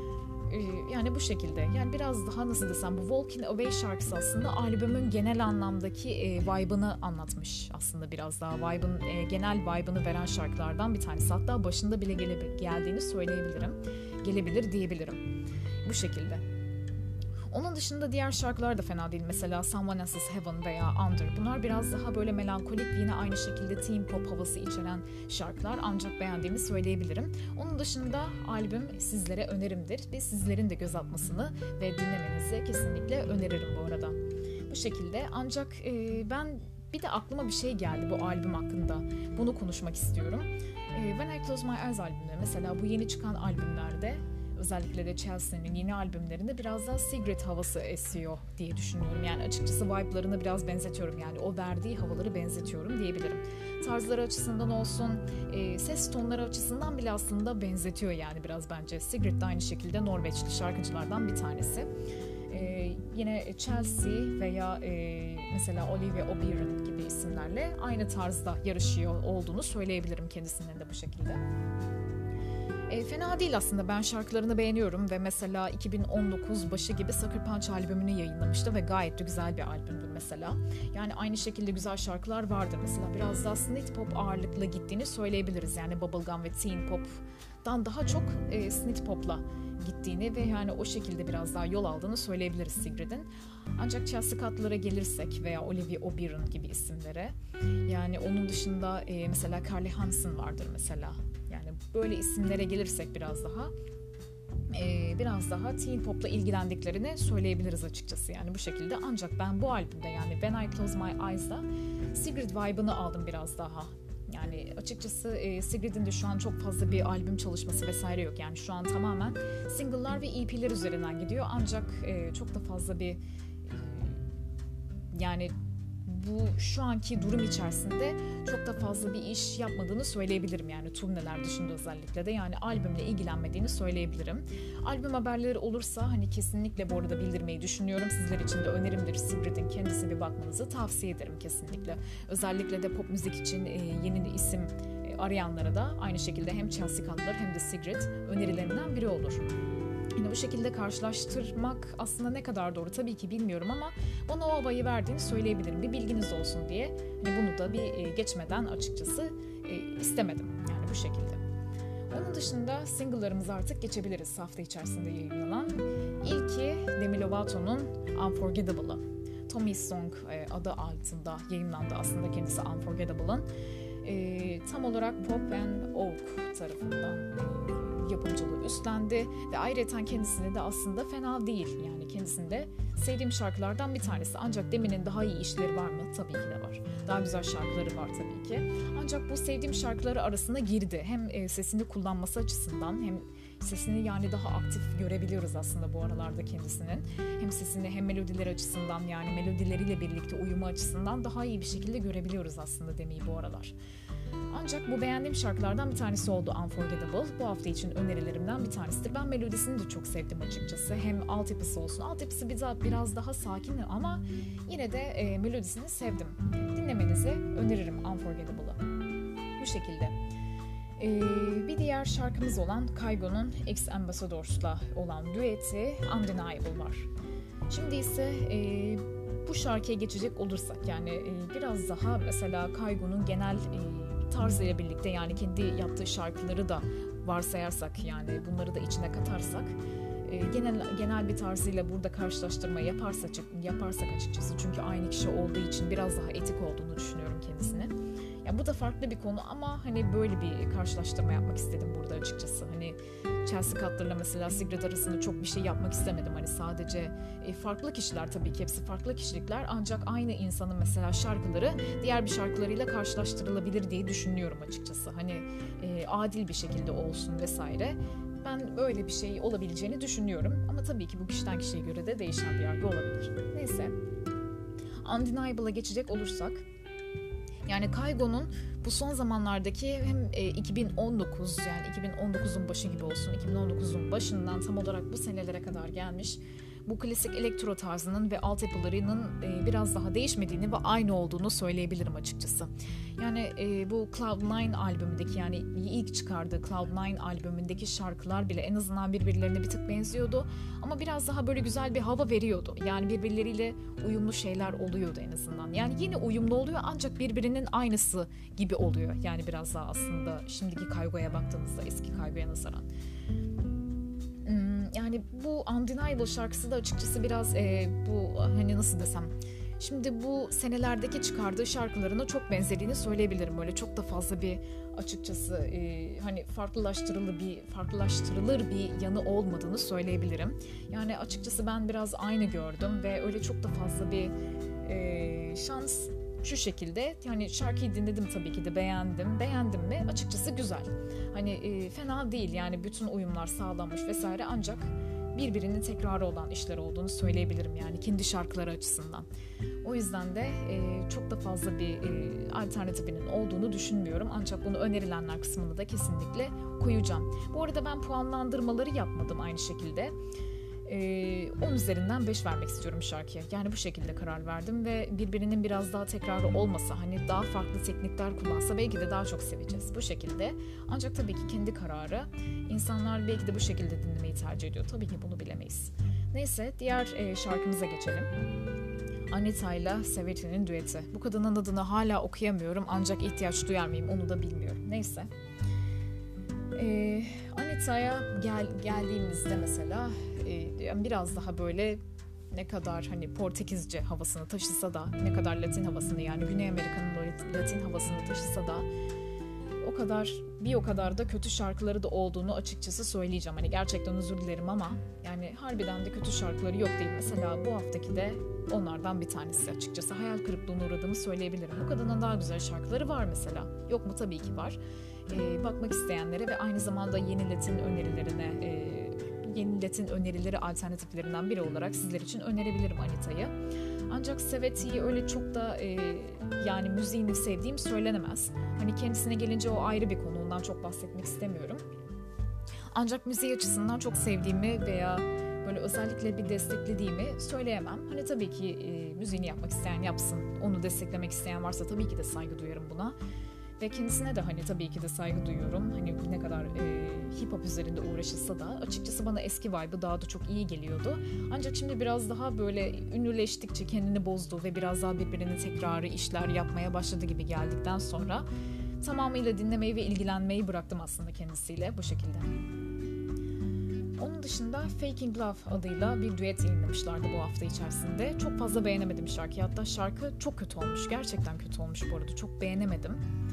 Yani bu şekilde, yani biraz daha nasıl desem, bu Walking Away şarkısı aslında albümün genel anlamdaki vibe'ını anlatmış aslında, biraz daha genel vibe'ını veren şarkılardan bir tanesi, hatta başında bile geldiğini söyleyebilirim, gelebilir diyebilirim bu şekilde. Onun dışında diğer şarkılar da fena değil. Mesela Someone Else's Heaven veya Under. Bunlar biraz daha böyle melankolik ve yine aynı şekilde teen pop havası içeren şarkılar, ancak beğendiğimi söyleyebilirim. Onun dışında albüm sizlere önerimdir ve sizlerin de göz atmasını ve dinlemenizi kesinlikle öneririm bu arada. Bu şekilde, ancak ben bir de aklıma bir şey geldi bu albüm hakkında. Bunu konuşmak istiyorum. When I Close My Eyes albümü mesela, bu yeni çıkan albümlerde, özellikle de Chelsea'nin yeni albümlerinde biraz daha Sigrid havası esiyor diye düşünüyorum. Yani açıkçası vibe'larını biraz benzetiyorum. Yani o verdiği havaları benzetiyorum diyebilirim. Tarzları açısından olsun, ses tonları açısından bile aslında benzetiyor yani biraz bence. Sigrid de aynı şekilde Norveçli şarkıcılardan bir tanesi. Yine Chelsea veya mesela Olivia O'Beirne gibi isimlerle aynı tarzda yarışıyor olduğunu söyleyebilirim kendisinin de bu şekilde. Fena değil aslında, ben şarkılarını beğeniyorum ve mesela 2019 başı gibi Sucker Punch albümünü yayınlamıştı ve gayet de güzel bir albümdür mesela. Yani aynı şekilde güzel şarkılar vardır mesela, biraz daha synth pop ağırlıklı gittiğini söyleyebiliriz. Yani bubblegum ve teen pop'tan daha çok synth pop'la gittiğini ve yani o şekilde biraz daha yol aldığını söyleyebiliriz Sigrid'in. Ancak Chelsea Cutler'a gelirsek veya Olivia O'Beirne gibi isimlere, yani onun dışında mesela Carly Hansen vardır mesela. Yani böyle isimlere gelirsek biraz daha teen pop'la ilgilendiklerini söyleyebiliriz açıkçası, yani bu şekilde. Ancak ben bu albümde, yani When I Close My Eyes'da Sigrid vibe'ını aldım biraz daha. Yani açıkçası Sigrid'in de şu an çok fazla bir albüm çalışması vesaire yok. Yani şu an tamamen single'lar ve EP'ler üzerinden gidiyor. Ancak çok da fazla bir yani bu şu anki durum içerisinde çok da fazla bir iş yapmadığını söyleyebilirim. Yani turneler dışında özellikle de yani albümle ilgilenmediğini söyleyebilirim. Albüm haberleri olursa hani kesinlikle bu arada bildirmeyi düşünüyorum. Sizler için de önerimdir. Sigrid'in kendisine bir bakmanızı tavsiye ederim kesinlikle. Özellikle de pop müzik için yeni bir isim arayanlara da aynı şekilde hem Chelsea Cutler hem de Sigrid önerilerinden biri olur. Yine bu şekilde karşılaştırmak aslında ne kadar doğru tabii ki bilmiyorum ama bana o havayı verdiğini söyleyebilirim. Bir bilginiz olsun diye hani bunu da bir geçmeden açıkçası istemedim. Yani bu şekilde. Onun dışında single'larımıza artık geçebiliriz hafta içerisinde yayınlanan. İlki Demi Lovato'nun Unforgettable'ı. Tommy's Song adı altında yayınlandı aslında kendisi Unforgettable'ın. Tam olarak Pop and Oak tarafından yapımcılığı üstlendi ve ayrıca kendisine de aslında fena değil. Yani kendisinde sevdiğim şarkılardan bir tanesi. Ancak Demi'nin daha iyi işleri var mı? Tabii ki de var. Daha güzel şarkıları var tabii ki. Ancak bu sevdiğim şarkıları arasına girdi. Hem sesini kullanması açısından hem sesini yani daha aktif görebiliyoruz aslında bu aralarda kendisinin. Hem sesini hem melodileri açısından yani melodileriyle birlikte uyumu açısından daha iyi bir şekilde görebiliyoruz aslında Demi'yi bu aralar. Ancak bu beğendiğim şarkılardan bir tanesi oldu Unforgettable. Bu hafta için önerilerimden bir tanesidir. Ben melodisini de çok sevdim açıkçası. Hem altyapısı olsun. Altyapısı biraz daha sakin ama yine de melodisini sevdim. Dinlemenizi öneririm Unforgettable'ı. Bu şekilde. Bir diğer şarkımız olan Kygo'nun X Ambassadors'la olan düeti Undeniable var. Şimdi ise bu şarkıya geçecek olursak yani biraz daha mesela Kygo'nun genel tarzıyla birlikte yani kendi yaptığı şarkıları da varsayarsak yani bunları da içine katarsak genel bir tarzıyla burada karşılaştırma yaparsak açıkçası çünkü aynı kişi olduğu için biraz daha etik olduğunu düşünüyorum kendisinin. Yani bu da farklı bir konu ama hani böyle bir karşılaştırma yapmak istedim burada açıkçası. Hani Chelsea Cutler'la mesela Sigrid arasında çok bir şey yapmak istemedim. Hani sadece farklı kişiler tabii ki hepsi farklı kişilikler ancak aynı insanın mesela şarkıları diğer bir şarkılarıyla karşılaştırılabilir diye düşünüyorum açıkçası. Hani adil bir şekilde olsun vesaire. Ben böyle bir şey olabileceğini düşünüyorum. Ama tabii ki bu kişiden kişiye göre de değişen bir yargı olabilir. Neyse. Undeniable'a geçecek olursak yani Kygo'nun bu son zamanlardaki hem 2019 yani 2019'un başı gibi olsun 2019'un başından tam olarak bu senelere kadar gelmiş bu klasik elektro tarzının ve altyapılarının biraz daha değişmediğini ve aynı olduğunu söyleyebilirim açıkçası. Yani bu Cloud9 albümündeki yani ilk çıkardığı Cloud9 albümündeki şarkılar bile en azından birbirlerine bir tık benziyordu. Ama biraz daha böyle güzel bir hava veriyordu. Yani birbirleriyle uyumlu şeyler oluyordu en azından. Yani yine uyumlu oluyor ancak birbirinin aynısı gibi oluyor. Yani biraz daha aslında şimdiki Kygo'ya baktığımızda eski Kygo'ya nazaran. Yani bu Undeniable şarkısı da açıkçası biraz bu hani nasıl desem şimdi bu senelerdeki çıkardığı şarkılarına çok benzediğini söyleyebilirim. Böyle çok da fazla bir açıkçası hani farklılaştırılır bir yanı olmadığını söyleyebilirim. Yani açıkçası ben biraz aynı gördüm ve öyle çok da fazla bir şans şu şekilde yani şarkıyı dinledim tabii ki de beğendim mi açıkçası güzel hani fena değil yani bütün uyumlar sağlanmış vesaire ancak birbirinin tekrarı olan işler olduğunu söyleyebilirim yani kendi şarkıları açısından o yüzden de çok da fazla bir alternatifinin olduğunu düşünmüyorum ancak bunu önerilenler kısmını da kesinlikle koyacağım. Bu arada ben puanlandırmaları yapmadım aynı şekilde. 10 üzerinden 5 vermek istiyorum şarkıya. Yani bu şekilde karar verdim ve birbirinin biraz daha tekrarı olmasa hani daha farklı teknikler kullansa belki de daha çok seveceğiz bu şekilde. Ancak tabii ki kendi kararı. İnsanlar belki de bu şekilde dinlemeyi tercih ediyor. Tabii ki bunu bilemeyiz. Neyse diğer şarkımıza geçelim. Anita ile Severity'nin düeti. Bu kadının adını hala okuyamıyorum ancak ihtiyaç duyar mıyım onu da bilmiyorum. Neyse. Anita'ya geldiğimizde mesela biraz daha böyle ne kadar hani Portekizce havasını taşısa da ne kadar Latin havasını yani Güney Amerika'nın Latin havasını taşısa da o kadar da kötü şarkıları da olduğunu açıkçası söyleyeceğim. Hani gerçekten özür dilerim ama yani harbiden de kötü şarkıları yok değil. Mesela bu haftaki de onlardan bir tanesi açıkçası. Hayal kırıklığına uğradığımı söyleyebilirim. Bu kadının daha güzel şarkıları var mesela. Yok mu? Tabii ki var. Bakmak isteyenlere ve aynı zamanda yeni Latin önerileri alternatiflerinden biri olarak sizler için önerebilirim Anita'yı. Ancak Seveti'yi öyle çok da yani müziğini sevdiğim söylenemez. Hani kendisine gelince o ayrı bir konu, ondan çok bahsetmek istemiyorum. Ancak müziği açısından çok sevdiğimi veya böyle özellikle bir desteklediğimi söyleyemem. Hani tabii ki müziğini yapmak isteyen yapsın, onu desteklemek isteyen varsa tabii ki de saygı duyarım buna. Ve kendisine de hani tabii ki de saygı duyuyorum. Hani ne kadar hip hop üzerinde uğraşılsa da açıkçası bana eski vibe'ı daha da çok iyi geliyordu. Ancak şimdi biraz daha böyle ünlüleştikçe kendini bozdu ve biraz daha birbirinin tekrarı işler yapmaya başladı gibi geldikten sonra tamamıyla dinlemeyi ve ilgilenmeyi bıraktım aslında kendisiyle bu şekilde. Onun dışında Faking Love adıyla bir düet yayınlamışlardı bu hafta içerisinde. Çok fazla beğenemedim şarkıyı. Hatta şarkı çok kötü olmuş. Gerçekten kötü olmuş bu arada. Çok beğenemedim.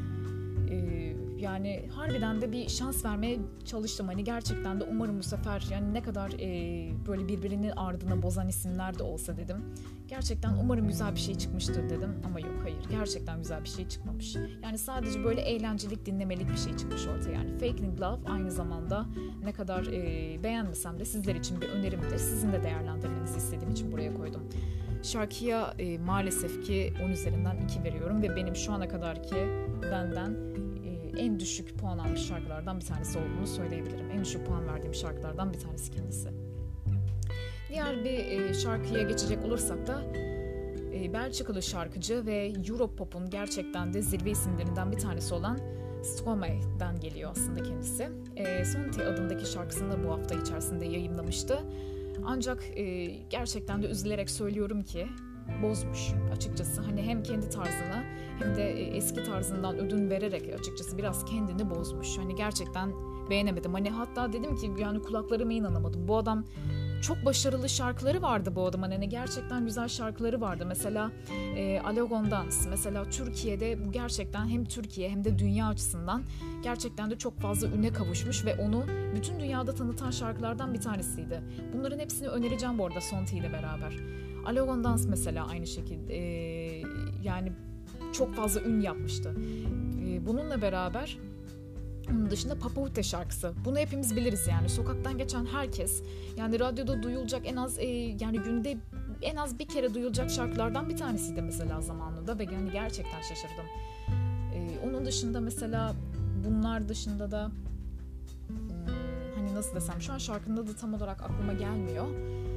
Yani harbiden de bir şans vermeye çalıştım. Hani gerçekten de umarım bu sefer yani ne kadar böyle birbirinin ardına bozan isimler de olsa dedim. Gerçekten umarım güzel bir şey çıkmıştır dedim. Ama yok, hayır. Gerçekten güzel bir şey çıkmamış. Yani sadece böyle eğlencelik, dinlemelik bir şey çıkmış ortaya. Yani Faking Love aynı zamanda ne kadar beğenmesem de sizler için bir önerimdir. Sizin de değerlendirmenizi istediğim için buraya koydum. Şarkıya maalesef ki 10 üzerinden 2 veriyorum ve benim şu ana kadarki benden en düşük puan almış şarkılardan bir tanesi olduğunu söyleyebilirim. En düşük puan verdiğim şarkılardan bir tanesi kendisi. Diğer bir şarkıya geçecek olursak da Belçikalı şarkıcı ve Europop'un gerçekten de zirve isimlerinden bir tanesi olan Stromae'den geliyor aslında kendisi. Sonti adındaki şarkısını da bu hafta içerisinde yayınlamıştı. Ancak gerçekten de üzülerek söylüyorum ki bozmuş açıkçası. Hani hem kendi tarzına hem de eski tarzından ödün vererek açıkçası biraz kendini bozmuş. Hani gerçekten beğenemedim. Hani hatta dedim ki yani kulaklarıma inanamadım. Bu adam çok başarılı şarkıları vardı bu adamın. Hani gerçekten güzel şarkıları vardı. Mesela Alogon Dans. Mesela Türkiye'de bu gerçekten hem Türkiye hem de dünya açısından gerçekten de çok fazla üne kavuşmuş ve onu bütün dünyada tanıtan şarkılardan bir tanesiydi. Bunların hepsini önereceğim bu arada Sonti ile beraber. Alogon Dans mesela aynı şekilde yani çok fazla ün yapmıştı. Bununla beraber onun dışında Papahute şarkısı. Bunu hepimiz biliriz yani. Sokaktan geçen herkes yani radyoda duyulacak en az yani günde en az bir kere duyulacak şarkılardan bir tanesiydi mesela zamanında ve yani gerçekten şaşırdım. Onun dışında mesela bunlar dışında da hani nasıl desem şu an şarkının adı tam olarak aklıma gelmiyor.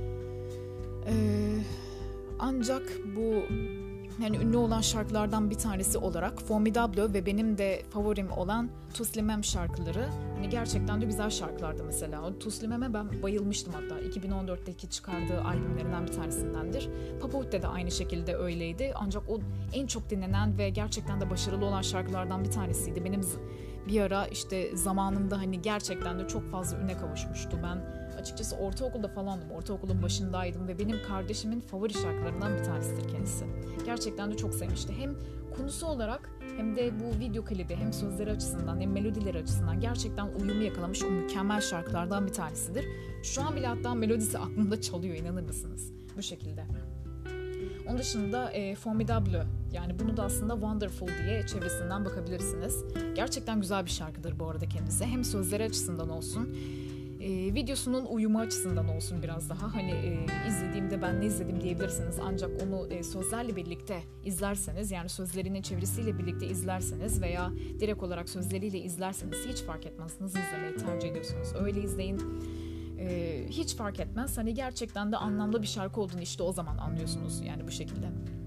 Ancak bu yani ünlü olan şarkılardan bir tanesi olarak Formidable ve benim de favorim olan Tous les Mêmes şarkıları hani gerçekten de güzel şarkılardı mesela. O Tous les Mêmes'e ben bayılmıştım hatta. 2014'teki çıkardığı albümlerinden bir tanesindendir. Papahute de aynı şekilde öyleydi. Ancak o en çok dinlenen ve gerçekten de başarılı olan şarkılardan bir tanesiydi. Benim bir ara işte zamanında hani gerçekten de çok fazla üne kavuşmuştu. Ben açıkçası ortaokulda falandım. Ortaokulun başındaydım ve benim kardeşimin favori şarkılarından bir tanesidir kendisi. Gerçekten de çok sevmişti. Hem konusu olarak hem de bu video klibi hem sözleri açısından hem melodileri açısından gerçekten uyumu yakalamış o mükemmel şarkılardan bir tanesidir. Şu an bile hatta melodisi aklımda çalıyor, inanır mısınız? Bu şekilde. Onun dışında Formidable yani bunu da aslında Wonderful diye çevresinden bakabilirsiniz. Gerçekten güzel bir şarkıdır bu arada kendisi. Hem sözleri açısından olsun videosunun uyumu açısından olsun biraz daha hani izlediğimde ben ne izledim diyebilirsiniz ancak onu sözlerle birlikte izlerseniz yani sözlerinin çevirisiyle birlikte izlerseniz veya direkt olarak sözleriyle izlerseniz hiç fark etmez nasıl izlemeyi tercih ediyorsunuz öyle izleyin hiç fark etmez hani gerçekten de anlamlı bir şarkı olduğunu işte o zaman anlıyorsunuz yani bu şekilde.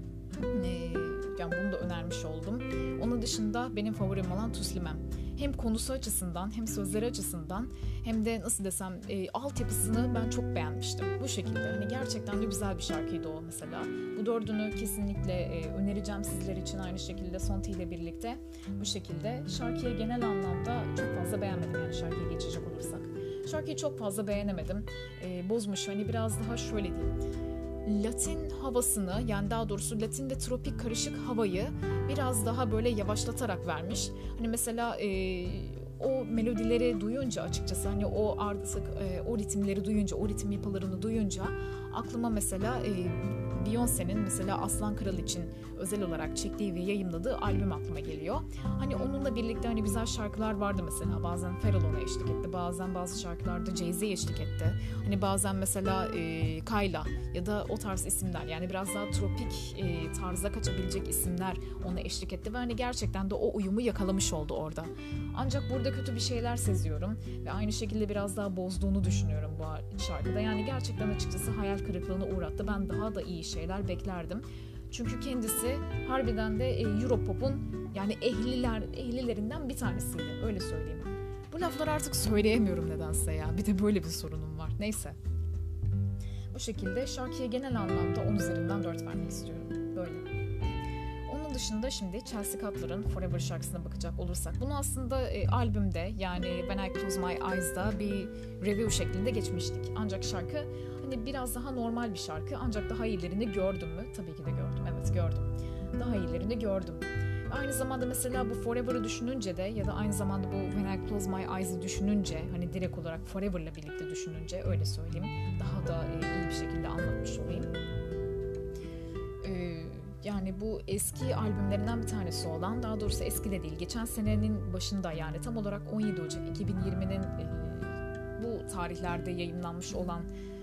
Yani bunu da önermiş oldum. Onun dışında benim favorim olan Tous les Mêmes. Hem konusu açısından hem sözleri açısından hem de nasıl desem altyapısını ben çok beğenmiştim. Bu şekilde hani gerçekten de güzel bir şarkıydı o mesela. Bu dördünü kesinlikle önereceğim sizler için aynı şekilde Sonti ile birlikte bu şekilde. Şarkıyı genel anlamda çok fazla beğenmedim yani şarkıya geçecek olursak. Şarkıyı çok fazla beğenemedim. Bozmuş hani biraz daha şöyle diyeyim. Latin havasını yani daha doğrusu Latin ve tropik karışık havayı biraz daha böyle yavaşlatarak vermiş. Hani mesela o melodileri duyunca açıkçası hani o artık o ritimleri duyunca, o ritim yapılarını duyunca aklıma mesela Beyoncé'nin mesela Aslan Kral için özel olarak çektiği ve yayımladığı albüm aklıma geliyor. Hani onunla birlikte hani güzel şarkılar vardı mesela. Bazen Pharrell ona eşlik etti. Bazen bazı şarkılarda Jay-Z eşlik etti. Hani bazen mesela Kyla ya da o tarz isimler, yani biraz daha tropik tarza kaçabilecek isimler ona eşlik etti ve hani gerçekten de o uyumu yakalamış oldu orada. Ancak burada kötü bir şeyler seziyorum ve aynı şekilde biraz daha bozduğunu düşünüyorum bu şarkıda. Yani gerçekten açıkçası hayal kırıklığına uğrattı. Ben daha da iyi şeyler beklerdim. Çünkü kendisi harbiden de Europop'un yani ehlilerinden bir tanesiydi. Öyle söyleyeyim. Bu lafları artık söyleyemiyorum nedense ya. Bir de böyle bir sorunum var. Neyse. Bu şekilde şarkıya genel anlamda 10 üzerinden 4 vermek istiyorum. Böyle. Onun dışında şimdi Chelsea Cutler'ın Forever şarkısına bakacak olursak. Bunu aslında albümde, yani When I Close My Eyes'da bir review şeklinde geçmiştik. Ancak şarkı hani biraz daha normal bir şarkı. Ancak daha iyilerini gördüm mü? Tabii ki de gördüm. Evet, gördüm. Daha iyilerini gördüm. Aynı zamanda mesela bu Forever'ı düşününce de ya da aynı zamanda bu When I Close My Eyes'ı düşününce, hani direkt olarak Forever'la birlikte düşününce, öyle söyleyeyim, daha da iyi bir şekilde anlatmış olayım. Yani bu eski albümlerinden bir tanesi olan, daha doğrusu eski de değil, geçen senenin başında, yani tam olarak 17 Ocak 2020'nin bu tarihlerde yayınlanmış olan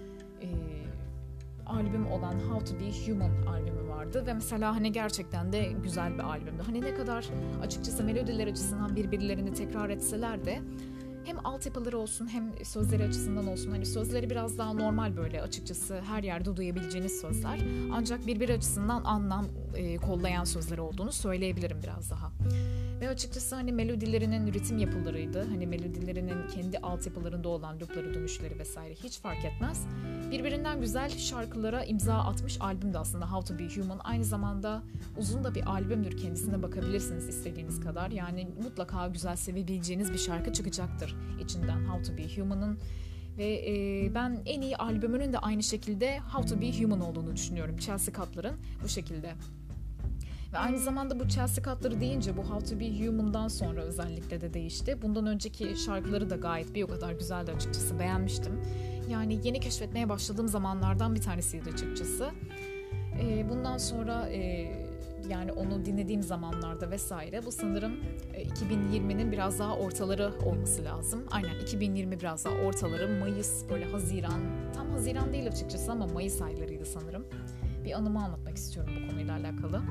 albüm olan How to Be Human albümü vardı ve mesela hani gerçekten de güzel bir albümdü. Hani ne kadar açıkçası melodiler açısından birbirlerini tekrar etseler de hem altyapıları olsun hem sözleri açısından olsun, hani sözleri biraz daha normal, böyle açıkçası her yerde duyabileceğiniz sözler, ancak birbiri açısından anlam kollayan sözler olduğunu söyleyebilirim biraz daha. Ve açıkçası hani melodilerinin ritim yapılarıydı, hani melodilerinin kendi altyapılarında olan loopları, dönüşleri vesaire hiç fark etmez. Birbirinden güzel şarkılara imza atmış albümdü aslında How to Be Human. Aynı zamanda uzun da bir albümdür, kendisine bakabilirsiniz istediğiniz kadar. Yani mutlaka güzel, sevebileceğiniz bir şarkı çıkacaktır içinden How to Be Human'ın. Ve ben en iyi albümünün de aynı şekilde How to Be Human olduğunu düşünüyorum, Chelsea Cutler'ın bu şekilde. Ve aynı zamanda bu Chelsea Cutler deyince bu How to Be Human'dan sonra özellikle de değişti. Bundan önceki şarkıları da gayet bir o kadar güzeldi açıkçası, beğenmiştim. Yani yeni keşfetmeye başladığım zamanlardan bir tanesiydi açıkçası. Bundan sonra yani onu dinlediğim zamanlarda vesaire, bu sanırım 2020'nin biraz daha ortaları olması lazım. Aynen, 2020 biraz daha ortaları, Mayıs, böyle Haziran, tam Haziran değil açıkçası ama Mayıs aylarıydı sanırım. Bir anımı anlatmak istiyorum bu konuyla alakalı.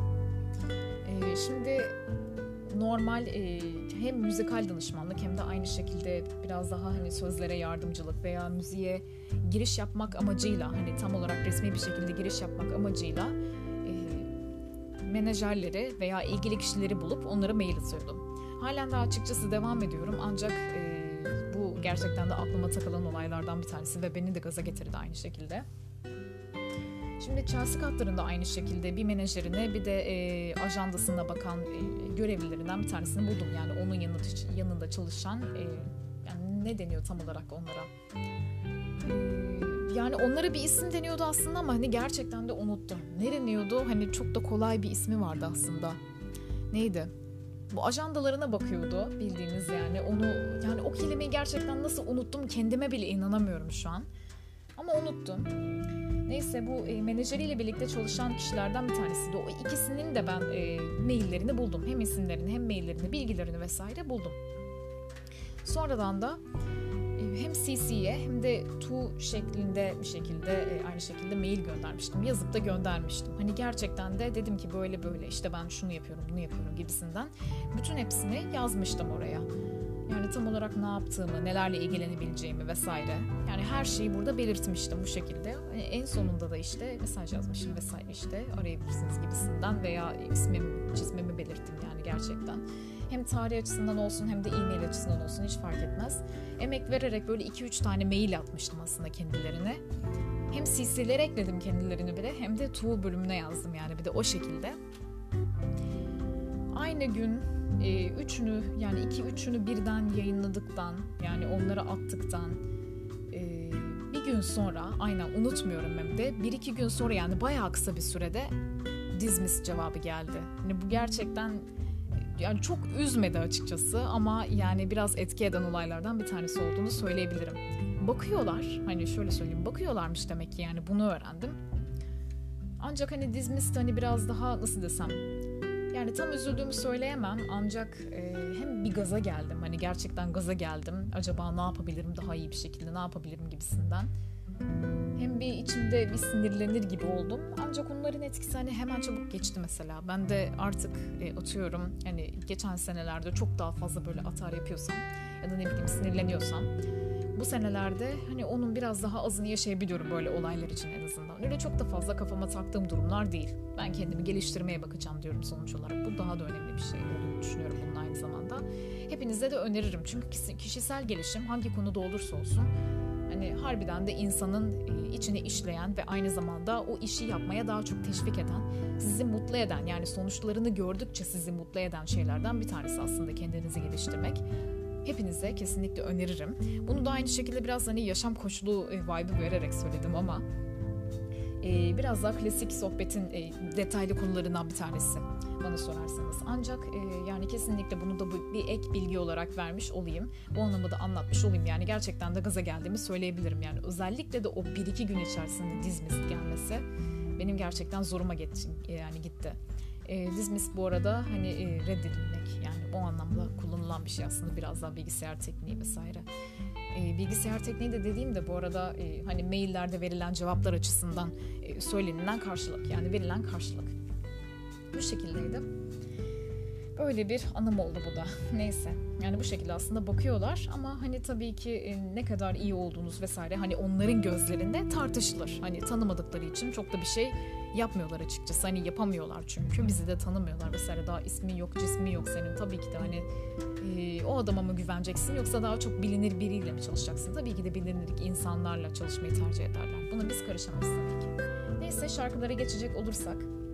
Şimdi normal hem müzikal danışmanlık hem de aynı şekilde biraz daha hani sözlere yardımcılık veya müziğe giriş yapmak amacıyla, hani tam olarak resmi bir şekilde giriş yapmak amacıyla menajerleri veya ilgili kişileri bulup onlara mail atıyordum. Halen daha açıkçası devam ediyorum, ancak bu gerçekten de aklıma takılan olaylardan bir tanesi ve beni de gaza getirdi aynı şekilde. Şimdi Chelsea Cutler'ın da aynı şekilde bir menajerine, bir de ajandasına bakan görevlilerinden bir tanesini buldum. Yani onun yanında çalışan, yani ne deniyor tam olarak onlara? Yani onlara bir isim deniyordu aslında ama hani gerçekten de unuttum. Ne deniyordu? Hani çok da kolay bir ismi vardı aslında. Neydi? Bu ajandalarına bakıyordu bildiğiniz, yani onu, yani o kelimeyi gerçekten nasıl unuttum kendime bile inanamıyorum şu an. Ama unuttum. Neyse, bu menajeriyle birlikte çalışan kişilerden bir tanesiydi. O ikisinin de ben maillerini buldum. Hem isimlerini hem maillerini, bilgilerini vesaire buldum. Sonradan da hem CC'ye hem de to şeklinde bir şekilde aynı şekilde mail göndermiştim. Yazıp da göndermiştim. Hani gerçekten de dedim ki böyle böyle işte ben şunu yapıyorum, bunu yapıyorum gibisinden. Bütün hepsini yazmıştım oraya. Yani tam olarak ne yaptığımı, nelerle ilgilenebileceğimi vesaire. Yani her şeyi burada belirtmiştim bu şekilde. En sonunda da işte mesaj yazmışım vesaire, işte arayabilirsiniz gibisinden veya cismimi belirttim yani gerçekten. Hem tarih açısından olsun hem de e-mail açısından olsun hiç fark etmez. Emek vererek böyle 2-3 tane mail atmıştım aslında kendilerine. Hem CC'lere ekledim kendilerini bile, hem de tool bölümüne yazdım yani bir de o şekilde. Aynı gün üçünü, yani 2-3'ünü birden yayınladıktan, yani onlara attıktan bir gün sonra, aynen unutmuyorum hem de 1-2 gün sonra, yani bayağı kısa bir sürede dismiss cevabı geldi. Yani bu gerçekten yani çok üzmedi açıkçası ama yani biraz etki eden olaylardan bir tanesi olduğunu söyleyebilirim. Bakıyorlar, hani şöyle söyleyeyim, bakıyorlarmış demek ki, yani bunu öğrendim. Ancak hani Dismissed hani biraz daha nasıl desem, yani tam üzüldüğümü söyleyemem ancak hem bir gaza geldim, hani gerçekten gaza geldim. Acaba ne yapabilirim daha iyi bir şekilde, ne yapabilirim gibisinden. Hem bir içimde bir sinirlenir gibi oldum. Ancak onların etkisi hani hemen çabuk geçti mesela. Ben de artık atıyorum hani geçen senelerde çok daha fazla böyle atar yapıyorsam ya da ne bileyim sinirleniyorsam, bu senelerde hani onun biraz daha azını yaşayabiliyorum böyle olaylar için en azından. Öyle çok da fazla kafama taktığım durumlar değil. Ben kendimi geliştirmeye bakacağım diyorum sonuç olarak. Bu daha da önemli bir şey olduğunu düşünüyorum bunun aynı zamanda. Hepinize de öneririm. Çünkü kişisel gelişim hangi konuda olursa olsun hani harbiden de insanın içine işleyen ve aynı zamanda o işi yapmaya daha çok teşvik eden, sizi mutlu eden, yani sonuçlarını gördükçe sizi mutlu eden şeylerden bir tanesi aslında kendinizi geliştirmek. Hepinize kesinlikle öneririm. Bunu da aynı şekilde biraz hani yaşam koçluğu vibe'ı vererek söyledim ama biraz daha klasik sohbetin detaylı konularından bir tanesi bana sorarsanız. Ancak yani kesinlikle bunu da bir ek bilgi olarak vermiş olayım. Bu anlamda da anlatmış olayım. Yani gerçekten de gaza geldiğimi söyleyebilirim. Yani özellikle de o 1-2 gün içerisinde Dismissed gelmesi benim gerçekten zoruma gitti. Dismissed bu arada hani reddedilmek, yani o anlamda kullanılan bir şey aslında, biraz daha bilgisayar tekniği vesaire. Bilgisayar tekniği de dediğimde bu arada hani maillerde verilen cevaplar açısından söylenilen karşılık, yani verilen karşılık. Bu şekildeydi. Böyle bir anım oldu bu da. Neyse. Yani bu şekilde aslında bakıyorlar ama hani tabii ki ne kadar iyi olduğunuz vesaire hani onların gözlerinde tartışılır. Hani tanımadıkları için çok da bir şey yapmıyorlar açıkçası. Hani yapamıyorlar çünkü bizi de tanımıyorlar vesaire. Daha ismi yok, cismi yok senin. Tabii ki de hani o adama mı güveneceksin yoksa daha çok bilinir biriyle mi çalışacaksın? Tabii ki de bilinir insanlarla çalışmayı tercih ederler. Buna biz karışamayız tabii ki. Neyse, şarkılara geçecek olursak.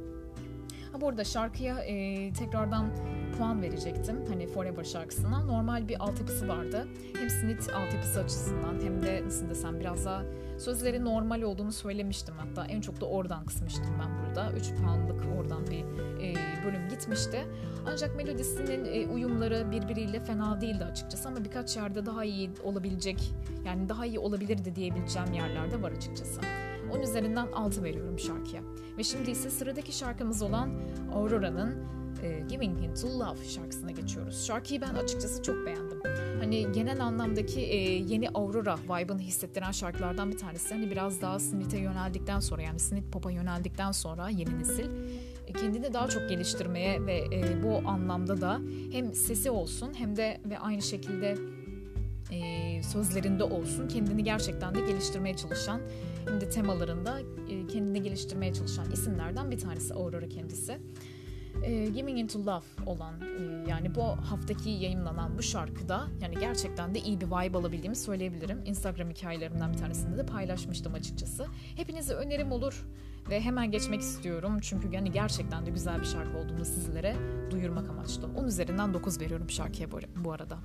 Bu arada şarkıya tekrardan puan verecektim. Hani Forever şarkısına. Normal bir altyapısı vardı. Hem synth altyapısı açısından hem de nasıl desem biraz daha sözleri normal olduğunu söylemiştim. Hatta en çok da oradan kısmıştım ben burada. 3 puanlık oradan bir bölüm gitmişti. Ancak melodisinin uyumları birbiriyle fena değildi açıkçası ama birkaç yerde daha iyi olabilecek, yani daha iyi olabilirdi diyebileceğim yerlerde var açıkçası. 10 üzerinden 6 veriyorum şarkıya. Ve şimdi ise sıradaki şarkımız olan Aurora'nın Giving Into Love şarkısına geçiyoruz. Şarkıyı ben açıkçası çok beğendim. Hani genel anlamdaki yeni Aurora vibe'ını hissettiren şarkılardan bir tanesi. Hani biraz daha synth'e yöneldikten sonra, yani synth pop'a yöneldikten sonra yeni nesil kendini daha çok geliştirmeye ve bu anlamda da hem sesi olsun hem de ve aynı şekilde sözlerinde olsun kendini gerçekten de geliştirmeye çalışan, hem de temalarında kendini geliştirmeye çalışan isimlerden bir tanesi Aurora kendisi. Giving Into Love olan yani bu haftaki yayınlanan bu şarkıda yani gerçekten de iyi bir vibe alabildiğimi söyleyebilirim. Instagram hikayelerimden bir tanesinde de paylaşmıştım açıkçası. Hepinize önerim olur ve hemen geçmek istiyorum çünkü yani gerçekten de güzel bir şarkı olduğunu sizlere duyurmak amaçlı. 10 üzerinden 9 veriyorum şarkıya bu arada.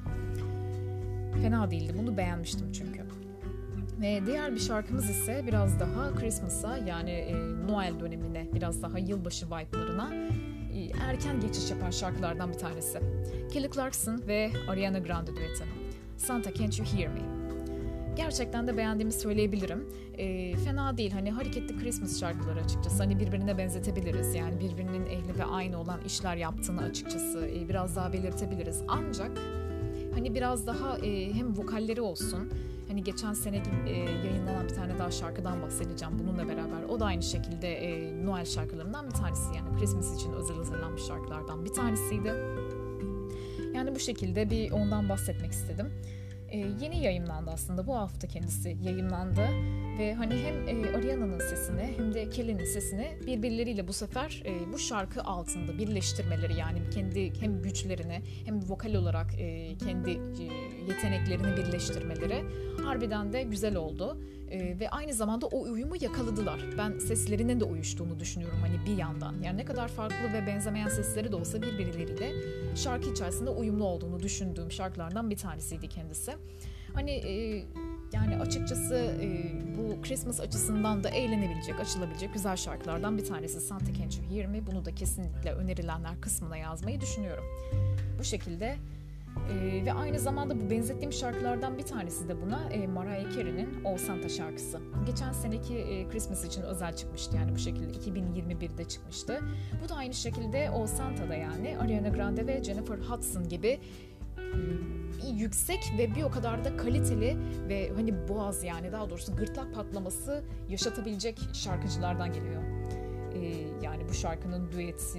Fena değildi, bunu beğenmiştim çünkü. Ve diğer bir şarkımız ise biraz daha Christmas'a, yani Noel dönemine, biraz daha yılbaşı vibe'larına erken geçiş yapan şarkılardan bir tanesi. Kelly Clarkson ve Ariana Grande düeti. Santa Can't You Hear Me. Gerçekten de beğendiğimi söyleyebilirim. Fena değil, hani hareketli Christmas şarkıları açıkçası. Hani birbirine benzetebiliriz. Yani birbirinin ehli ve aynı olan işler yaptığını açıkçası biraz daha belirtebiliriz. Ancak hani biraz daha hem vokalleri olsun, hani geçen sene yayınlanan bir tane daha şarkıdan bahsedeceğim bununla beraber. O da aynı şekilde Noel şarkılarından bir tanesi, yani Christmas için özel hazırlanmış şarkılardan bir tanesiydi. Yani bu şekilde bir ondan bahsetmek istedim. Yeni yayımlandı aslında, bu hafta kendisi yayımlandı ve hani hem Ariana'nın sesini hem de Kelly'nin sesini birbirleriyle bu sefer bu şarkı altında birleştirmeleri, yani kendi hem güçlerini hem vokal olarak kendi yeteneklerini birleştirmeleri harbiden de güzel oldu. Ve aynı zamanda o uyumu yakaladılar. Ben seslerinin de uyuştuğunu düşünüyorum hani bir yandan. Yani ne kadar farklı ve benzemeyen sesleri de olsa birbirleriyle şarkı içerisinde uyumlu olduğunu düşündüğüm şarkılardan bir tanesiydi kendisi. Hani yani açıkçası bu Christmas açısından da eğlenebilecek, açılabilecek güzel şarkılardan bir tanesi Santa Can't You Hear Me. Bunu da kesinlikle önerilenler kısmına yazmayı düşünüyorum. Bu şekilde Ve aynı zamanda bu benzettiğim şarkılardan bir tanesi de buna Mariah Carey'nin O Santa şarkısı. Geçen seneki Christmas için özel çıkmıştı, yani bu şekilde 2021'de çıkmıştı. Bu da aynı şekilde O Santa'da, yani Ariana Grande ve Jennifer Hudson gibi yüksek ve bir o kadar da kaliteli ve hani boğaz, yani daha doğrusu gırtlak patlaması yaşatabilecek şarkıcılardan geliyor. Yani bu şarkının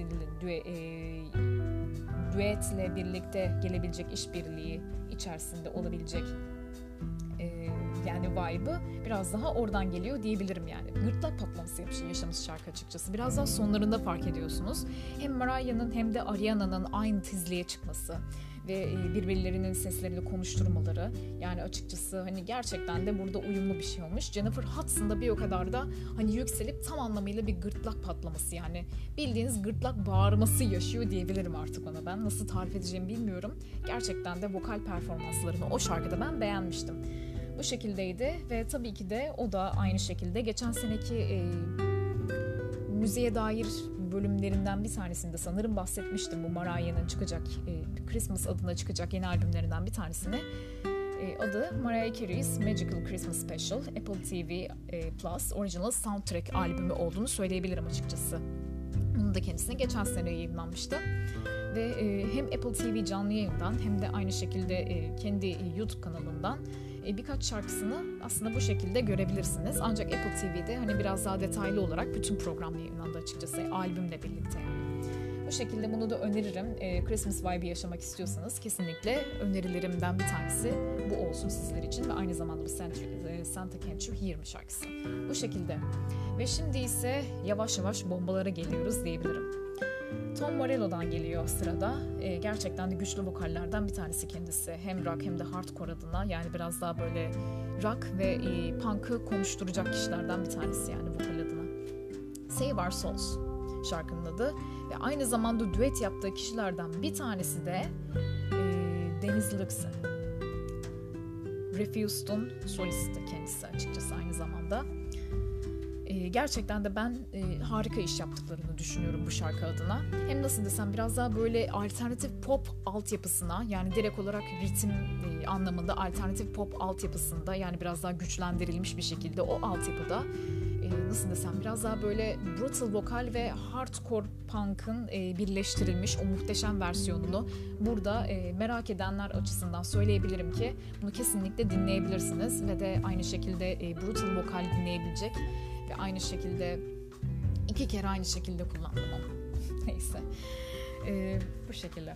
düetle birlikte gelebilecek, işbirliği içerisinde olabilecek yani vibe'ı biraz daha oradan geliyor diyebilirim yani. Gırtlak patlaması yaşamış şarkı açıkçası. Biraz daha sonlarında fark ediyorsunuz. Hem Mariah'nın hem de Ariana'nın aynı tizliğe çıkması ve birbirlerinin seslerini konuşturmaları, yani açıkçası hani gerçekten de burada uyumlu bir şey olmuş. Jennifer Hudson da bir o kadar da hani yükselip tam anlamıyla bir gırtlak patlaması, yani bildiğiniz gırtlak bağırması yaşıyor diyebilirim artık ona ben. Nasıl tarif edeceğimi bilmiyorum. Gerçekten de vokal performanslarını o şarkıda ben beğenmiştim. Bu şekildeydi ve tabii ki de o da aynı şekilde geçen seneki müziğe dair bölümlerinden bir tanesinde sanırım bahsetmiştim. Bu Mariah'ın çıkacak, Christmas adına çıkacak yeni albümlerinden bir tanesine. Adı Mariah Carey's Magical Christmas Special, Apple TV Plus Original Soundtrack albümü olduğunu söyleyebilirim açıkçası. Bunun da kendisine geçen sene yayınlanmıştı. Ve hem Apple TV canlı yayından hem de aynı şekilde kendi YouTube kanalından birkaç şarkısını aslında bu şekilde görebilirsiniz. Ancak Apple TV'de hani biraz daha detaylı olarak bütün program yayınlandı açıkçası, albümle birlikte yani. Bu şekilde bunu da öneririm. Christmas vibe'ı yaşamak istiyorsanız kesinlikle önerilerimden bir tanesi bu olsun sizler için ve aynı zamanda bu Santa Can't You Hear Me şarkısı. Bu şekilde. Ve şimdi ise yavaş yavaş bombalara geliyoruz diyebilirim. Tom Morello'dan geliyor sırada. Gerçekten de güçlü vokallerden bir tanesi kendisi. Hem rock hem de hardcore adına, yani biraz daha böyle rock ve punk'ı konuşturacak kişilerden bir tanesi yani vokal adına. Save Our Souls şarkının adı ve aynı zamanda düet yaptığı kişilerden bir tanesi de Deniz Lüksün. Refused'un solisti kendisi açıkçası aynı zamanda. Gerçekten de ben harika iş yaptıklarını düşünüyorum bu şarkı adına. Hem nasıl desem biraz daha böyle alternatif pop altyapısına, yani direkt olarak ritim anlamında alternatif pop altyapısında, yani biraz daha güçlendirilmiş bir şekilde o altyapıda nasıl desem biraz daha böyle brutal vokal ve hardcore punk'ın birleştirilmiş o muhteşem versiyonunu burada merak edenler açısından söyleyebilirim ki bunu kesinlikle dinleyebilirsiniz ve de aynı şekilde brutal vokal dinleyebilecek ve aynı şekilde 2 kere aynı şekilde kullandım onu. Neyse. Bu şekilde.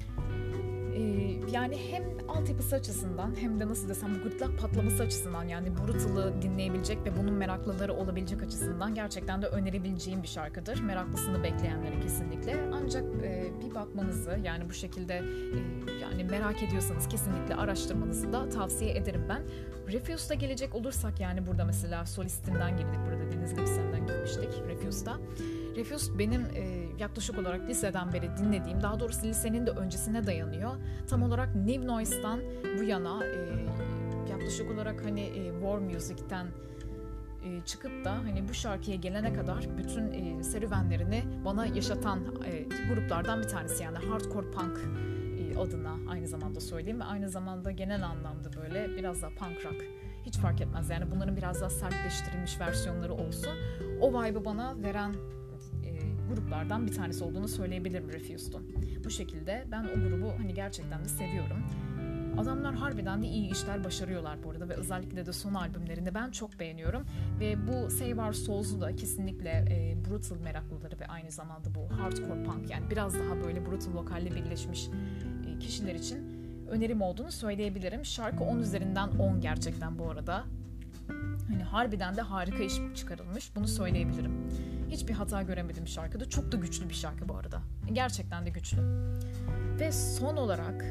Yani hem altyapısı açısından hem de nasıl desem bu gırtlak patlaması açısından, yani brutal'ı dinleyebilecek ve bunun meraklıları olabilecek açısından gerçekten de önerebileceğim bir şarkıdır. Meraklısını bekleyenlere kesinlikle. Ancak bir bakmanızı, yani bu şekilde yani merak ediyorsanız kesinlikle araştırmanızı da tavsiye ederim ben. Refused'a gelecek olursak, yani burada mesela solistinden girdik, burada Deniz Lüksün'den gitmiştik Refused'a. Refused benim yaklaşık olarak liseden beri dinlediğim, daha doğrusu lisenin de öncesine dayanıyor. Tam olarak New Noise'dan bu yana yaklaşık olarak hani War Music'ten çıkıp da hani bu şarkıya gelene kadar bütün serüvenlerini bana yaşatan gruplardan bir tanesi, yani hardcore punk adına aynı zamanda söyleyeyim ve aynı zamanda genel anlamda böyle biraz daha punk rock, hiç fark etmez yani bunların biraz daha sertleştirilmiş versiyonları olsun, o vibe'ı bana veren gruplardan bir tanesi olduğunu söyleyebilirim Refused'un. Bu şekilde ben o grubu hani gerçekten de seviyorum. Adamlar harbiden de iyi işler başarıyorlar bu arada ve özellikle de son albümlerini ben çok beğeniyorum. Ve bu Save Our Souls'u da kesinlikle brutal meraklıları ve aynı zamanda bu hardcore punk, yani biraz daha böyle brutal vokalle birleşmiş kişiler için önerim olduğunu söyleyebilirim. Şarkı 10 üzerinden 10 gerçekten bu arada. Hani harbiden de harika iş çıkarılmış, bunu söyleyebilirim. Hiçbir hata göremedim şarkıda. Çok da güçlü bir şarkı bu arada. Gerçekten de güçlü. Ve son olarak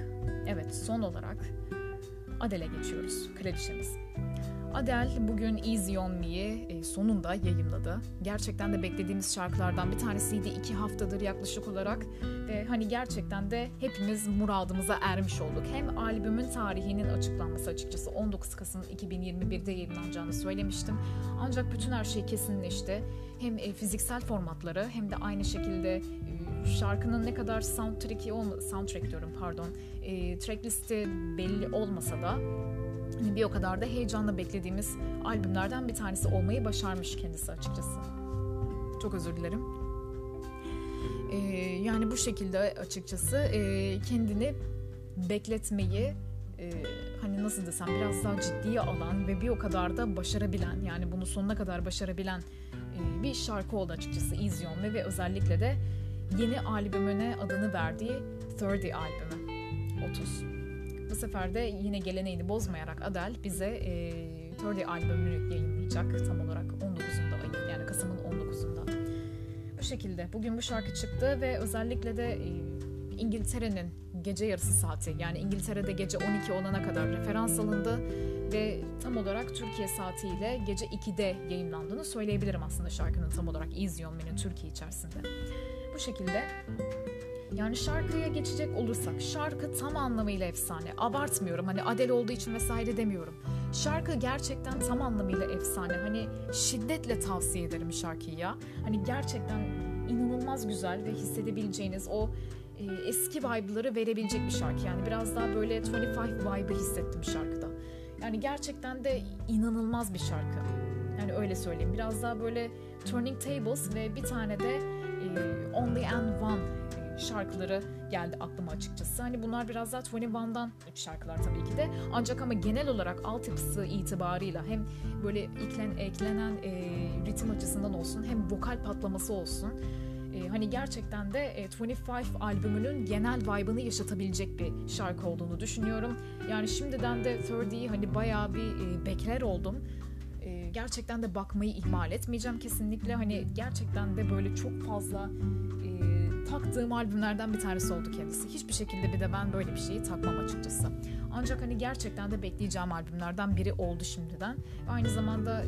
Adele'e geçiyoruz. Kraliçemiz. Adele bugün Easy On Me'yi sonunda yayımladı. Gerçekten de beklediğimiz şarkılardan bir tanesiydi 2 haftadır yaklaşık olarak. Ve hani gerçekten de hepimiz muradımıza ermiş olduk. Hem albümün tarihinin açıklanması, açıkçası 19 Kasım 2021'de yayınlanacağını söylemiştim. Ancak bütün her şey kesinleşti. Hem fiziksel formatları hem de aynı şekilde şarkının ne kadar track listi belli olmasa da hani bir o kadar da heyecanla beklediğimiz albümlerden bir tanesi olmayı başarmış kendisi açıkçası. Çok özür dilerim. Yani bu şekilde açıkçası kendini bekletmeyi hani nasıl desem biraz daha ciddiye alan ve bir o kadar da başarabilen, yani bunu sonuna kadar başarabilen bir şarkı oldu açıkçası Easy On Me ve özellikle de yeni albümüne adını verdiği 30 albümü, 30. Bu sefer de yine geleneğini bozmayarak Adele bize 30 albümünü yayınlayacak tam olarak 19'unda ayın, yani Kasım'ın 19'unda. Bu şekilde bugün bu şarkı çıktı ve özellikle de İngiltere'nin gece yarısı saati, yani İngiltere'de gece 12 olana kadar referans alındı ve tam olarak Türkiye saatiyle gece 2'de yayınlandığını söyleyebilirim aslında şarkının tam olarak Easy On Me'nin Türkiye içerisinde. Bu şekilde yani şarkıya geçecek olursak şarkı tam anlamıyla efsane. Abartmıyorum, hani Adele olduğu için vesaire demiyorum. Şarkı gerçekten tam anlamıyla efsane. Hani şiddetle tavsiye ederim şarkıyı ya. Hani gerçekten inanılmaz güzel ve hissedebileceğiniz o eski vibe'ları verebilecek bir şarkı. Yani biraz daha böyle 25 vibe'ı hissettim şarkıda. Yani gerçekten de inanılmaz bir şarkı. Yani öyle söyleyeyim. Biraz daha böyle Turning Tables ve bir tane de Only and One şarkıları geldi aklıma açıkçası. Hani bunlar biraz daha 21'dan şarkılar tabii ki de. Ancak ama genel olarak altyapısı itibarıyla hem böyle eklenen ritim açısından olsun hem vokal patlaması olsun. Hani gerçekten de 25 albümünün genel vibe'ını yaşatabilecek bir şarkı olduğunu düşünüyorum. Yani şimdiden de 30'yi hani bayağı bir bekler oldum. Gerçekten de bakmayı ihmal etmeyeceğim kesinlikle. Hani gerçekten de böyle çok fazla taktığım albümlerden bir tanesi oldu kendisi. Hiçbir şekilde bir de ben böyle bir şeyi takmam açıkçası. Ancak hani gerçekten de bekleyeceğim albümlerden biri oldu şimdiden. Aynı zamanda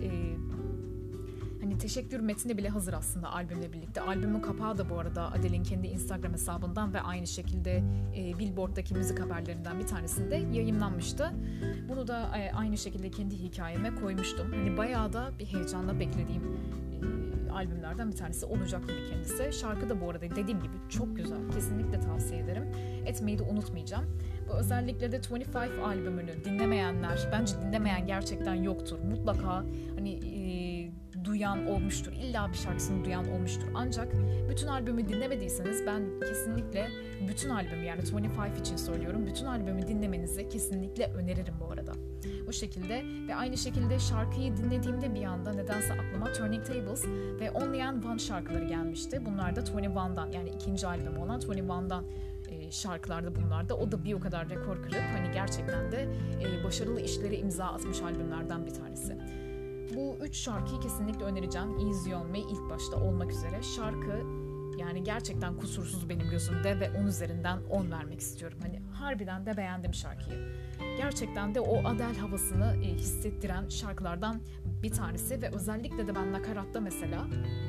hani teşekkür metni bile hazır aslında albümle birlikte. Albümün kapağı da bu arada Adele'in kendi Instagram hesabından ve aynı şekilde Billboard'daki müzik haberlerinden bir tanesinde yayınlanmıştı. Bunu da aynı şekilde kendi hikayeme koymuştum. Hani bayağı da bir heyecanla beklediğim albümlerden bir tanesi olacak gibi kendisi. Şarkı da bu arada dediğim gibi çok güzel. Kesinlikle tavsiye ederim. Etmeyi de unutmayacağım. Bu özellikle de 25 albümünü dinlemeyenler, bence dinlemeyen gerçekten yoktur. Mutlaka hani duyan olmuştur. İlla bir şarkısını duyan olmuştur. Ancak bütün albümü dinlemediyseniz ben kesinlikle bütün albümü, yani 25 için söylüyorum, bütün albümü dinlemenizi kesinlikle öneririm bu arada. Bu şekilde ve aynı şekilde şarkıyı dinlediğimde bir anda nedense aklıma Turning Tables ve Only and One şarkıları gelmişti. Bunlar da 21'dan, yani ikinci albümü olan 21'dan şarkılarda bunlar da. O da bir o kadar rekor kırıp hani gerçekten de başarılı işlere imza atmış albümlerden bir tanesi. Bu 3 şarkıyı kesinlikle önereceğim. Easy On Me ilk başta olmak üzere. Şarkı yani gerçekten kusursuz benim gözümde ve 10 üzerinden 10 vermek istiyorum. Hani harbiden de beğendim şarkıyı. Gerçekten de o Adele havasını hissettiren şarkılardan bir tanesi ve özellikle de ben nakaratta mesela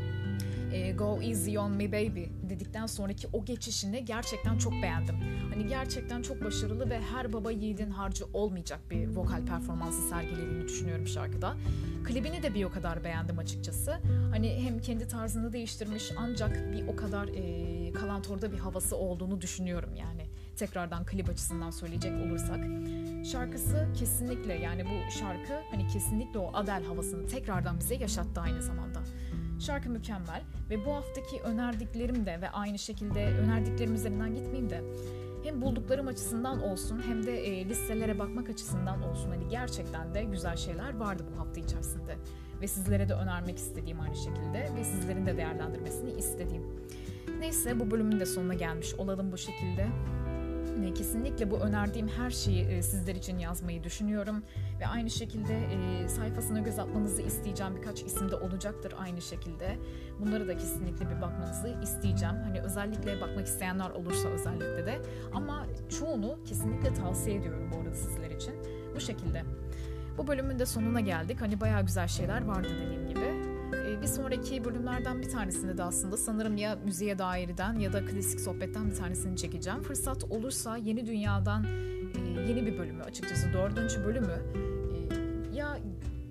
Go Easy On Me Baby dedikten sonraki o geçişini gerçekten çok beğendim. Hani gerçekten çok başarılı ve her baba yiğidin harcı olmayacak bir vokal performansı sergilediğini düşünüyorum şarkıda. Klibini de bir o kadar beğendim açıkçası. Hani hem kendi tarzını değiştirmiş ancak bir o kadar kalantorda bir havası olduğunu düşünüyorum yani. Tekrardan klip açısından söyleyecek olursak. Şarkısı kesinlikle, yani bu şarkı hani kesinlikle o Adele havasını tekrardan bize yaşattı aynı zamanda. Şarkı mükemmel ve bu haftaki önerdiklerim de ve aynı şekilde önerdiklerim üzerinden gitmeyeyim de hem bulduklarım açısından olsun hem de listelere bakmak açısından olsun hani gerçekten de güzel şeyler vardı bu hafta içerisinde. Ve sizlere de önermek istediğim aynı şekilde ve sizlerin de değerlendirmesini istediğim. Neyse, bu bölümün de sonuna gelmiş olalım bu şekilde. Kesinlikle bu önerdiğim her şeyi sizler için yazmayı düşünüyorum ve aynı şekilde sayfasına göz atmanızı isteyeceğim birkaç isim de olacaktır aynı şekilde. Bunları da kesinlikle bir bakmanızı isteyeceğim. Hani özellikle bakmak isteyenler olursa özellikle de, ama çoğunu kesinlikle tavsiye ediyorum bu arada sizler için. Bu şekilde. Bu bölümün de sonuna geldik. Hani bayağı güzel şeyler vardı dediğim gibi. Bir sonraki bölümlerden bir tanesinde de aslında sanırım ya müziğe dairden ya da klasik sohbetten bir tanesini çekeceğim. Fırsat olursa Yeni Dünya'dan yeni bir bölümü, açıkçası 4. bölümü ya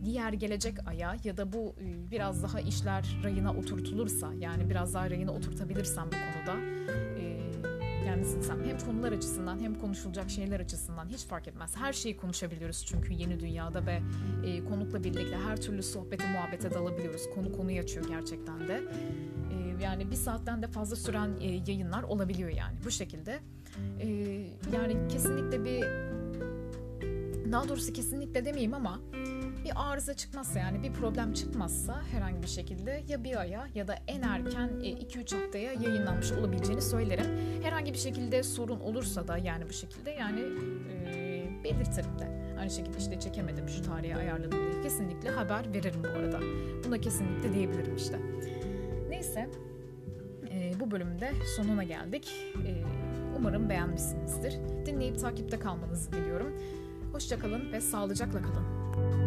diğer gelecek aya ya da bu biraz daha işler rayına oturtulursa, yani biraz daha rayına oturtabilirsem bu konuda, yani nasıl desem, hem konular açısından hem konuşulacak şeyler açısından hiç fark etmez. Her şeyi konuşabiliyoruz çünkü yeni dünyada ve konukla birlikte her türlü sohbete muhabbete dalabiliyoruz. Konu konuyu açıyor gerçekten de. Yani bir saatten de fazla süren yayınlar olabiliyor yani bu şekilde. Yani kesinlikle daha doğrusu kesinlikle demeyeyim ama bir arıza çıkmazsa, yani bir problem çıkmazsa herhangi bir şekilde ya bir aya ya da en erken 2-3 haftaya yayınlanmış olabileceğini söylerim. Herhangi bir şekilde sorun olursa da yani bu şekilde yani belirtirim de. Aynı şekilde işte çekemedim, şu tarihe ayarladım diye kesinlikle haber veririm bu arada. Buna kesinlikle diyebilirim işte. Neyse, bu bölümde sonuna geldik. Umarım beğenmişsinizdir. Dinleyip takipte kalmanızı diliyorum. Hoşça kalın ve sağlıcakla kalın.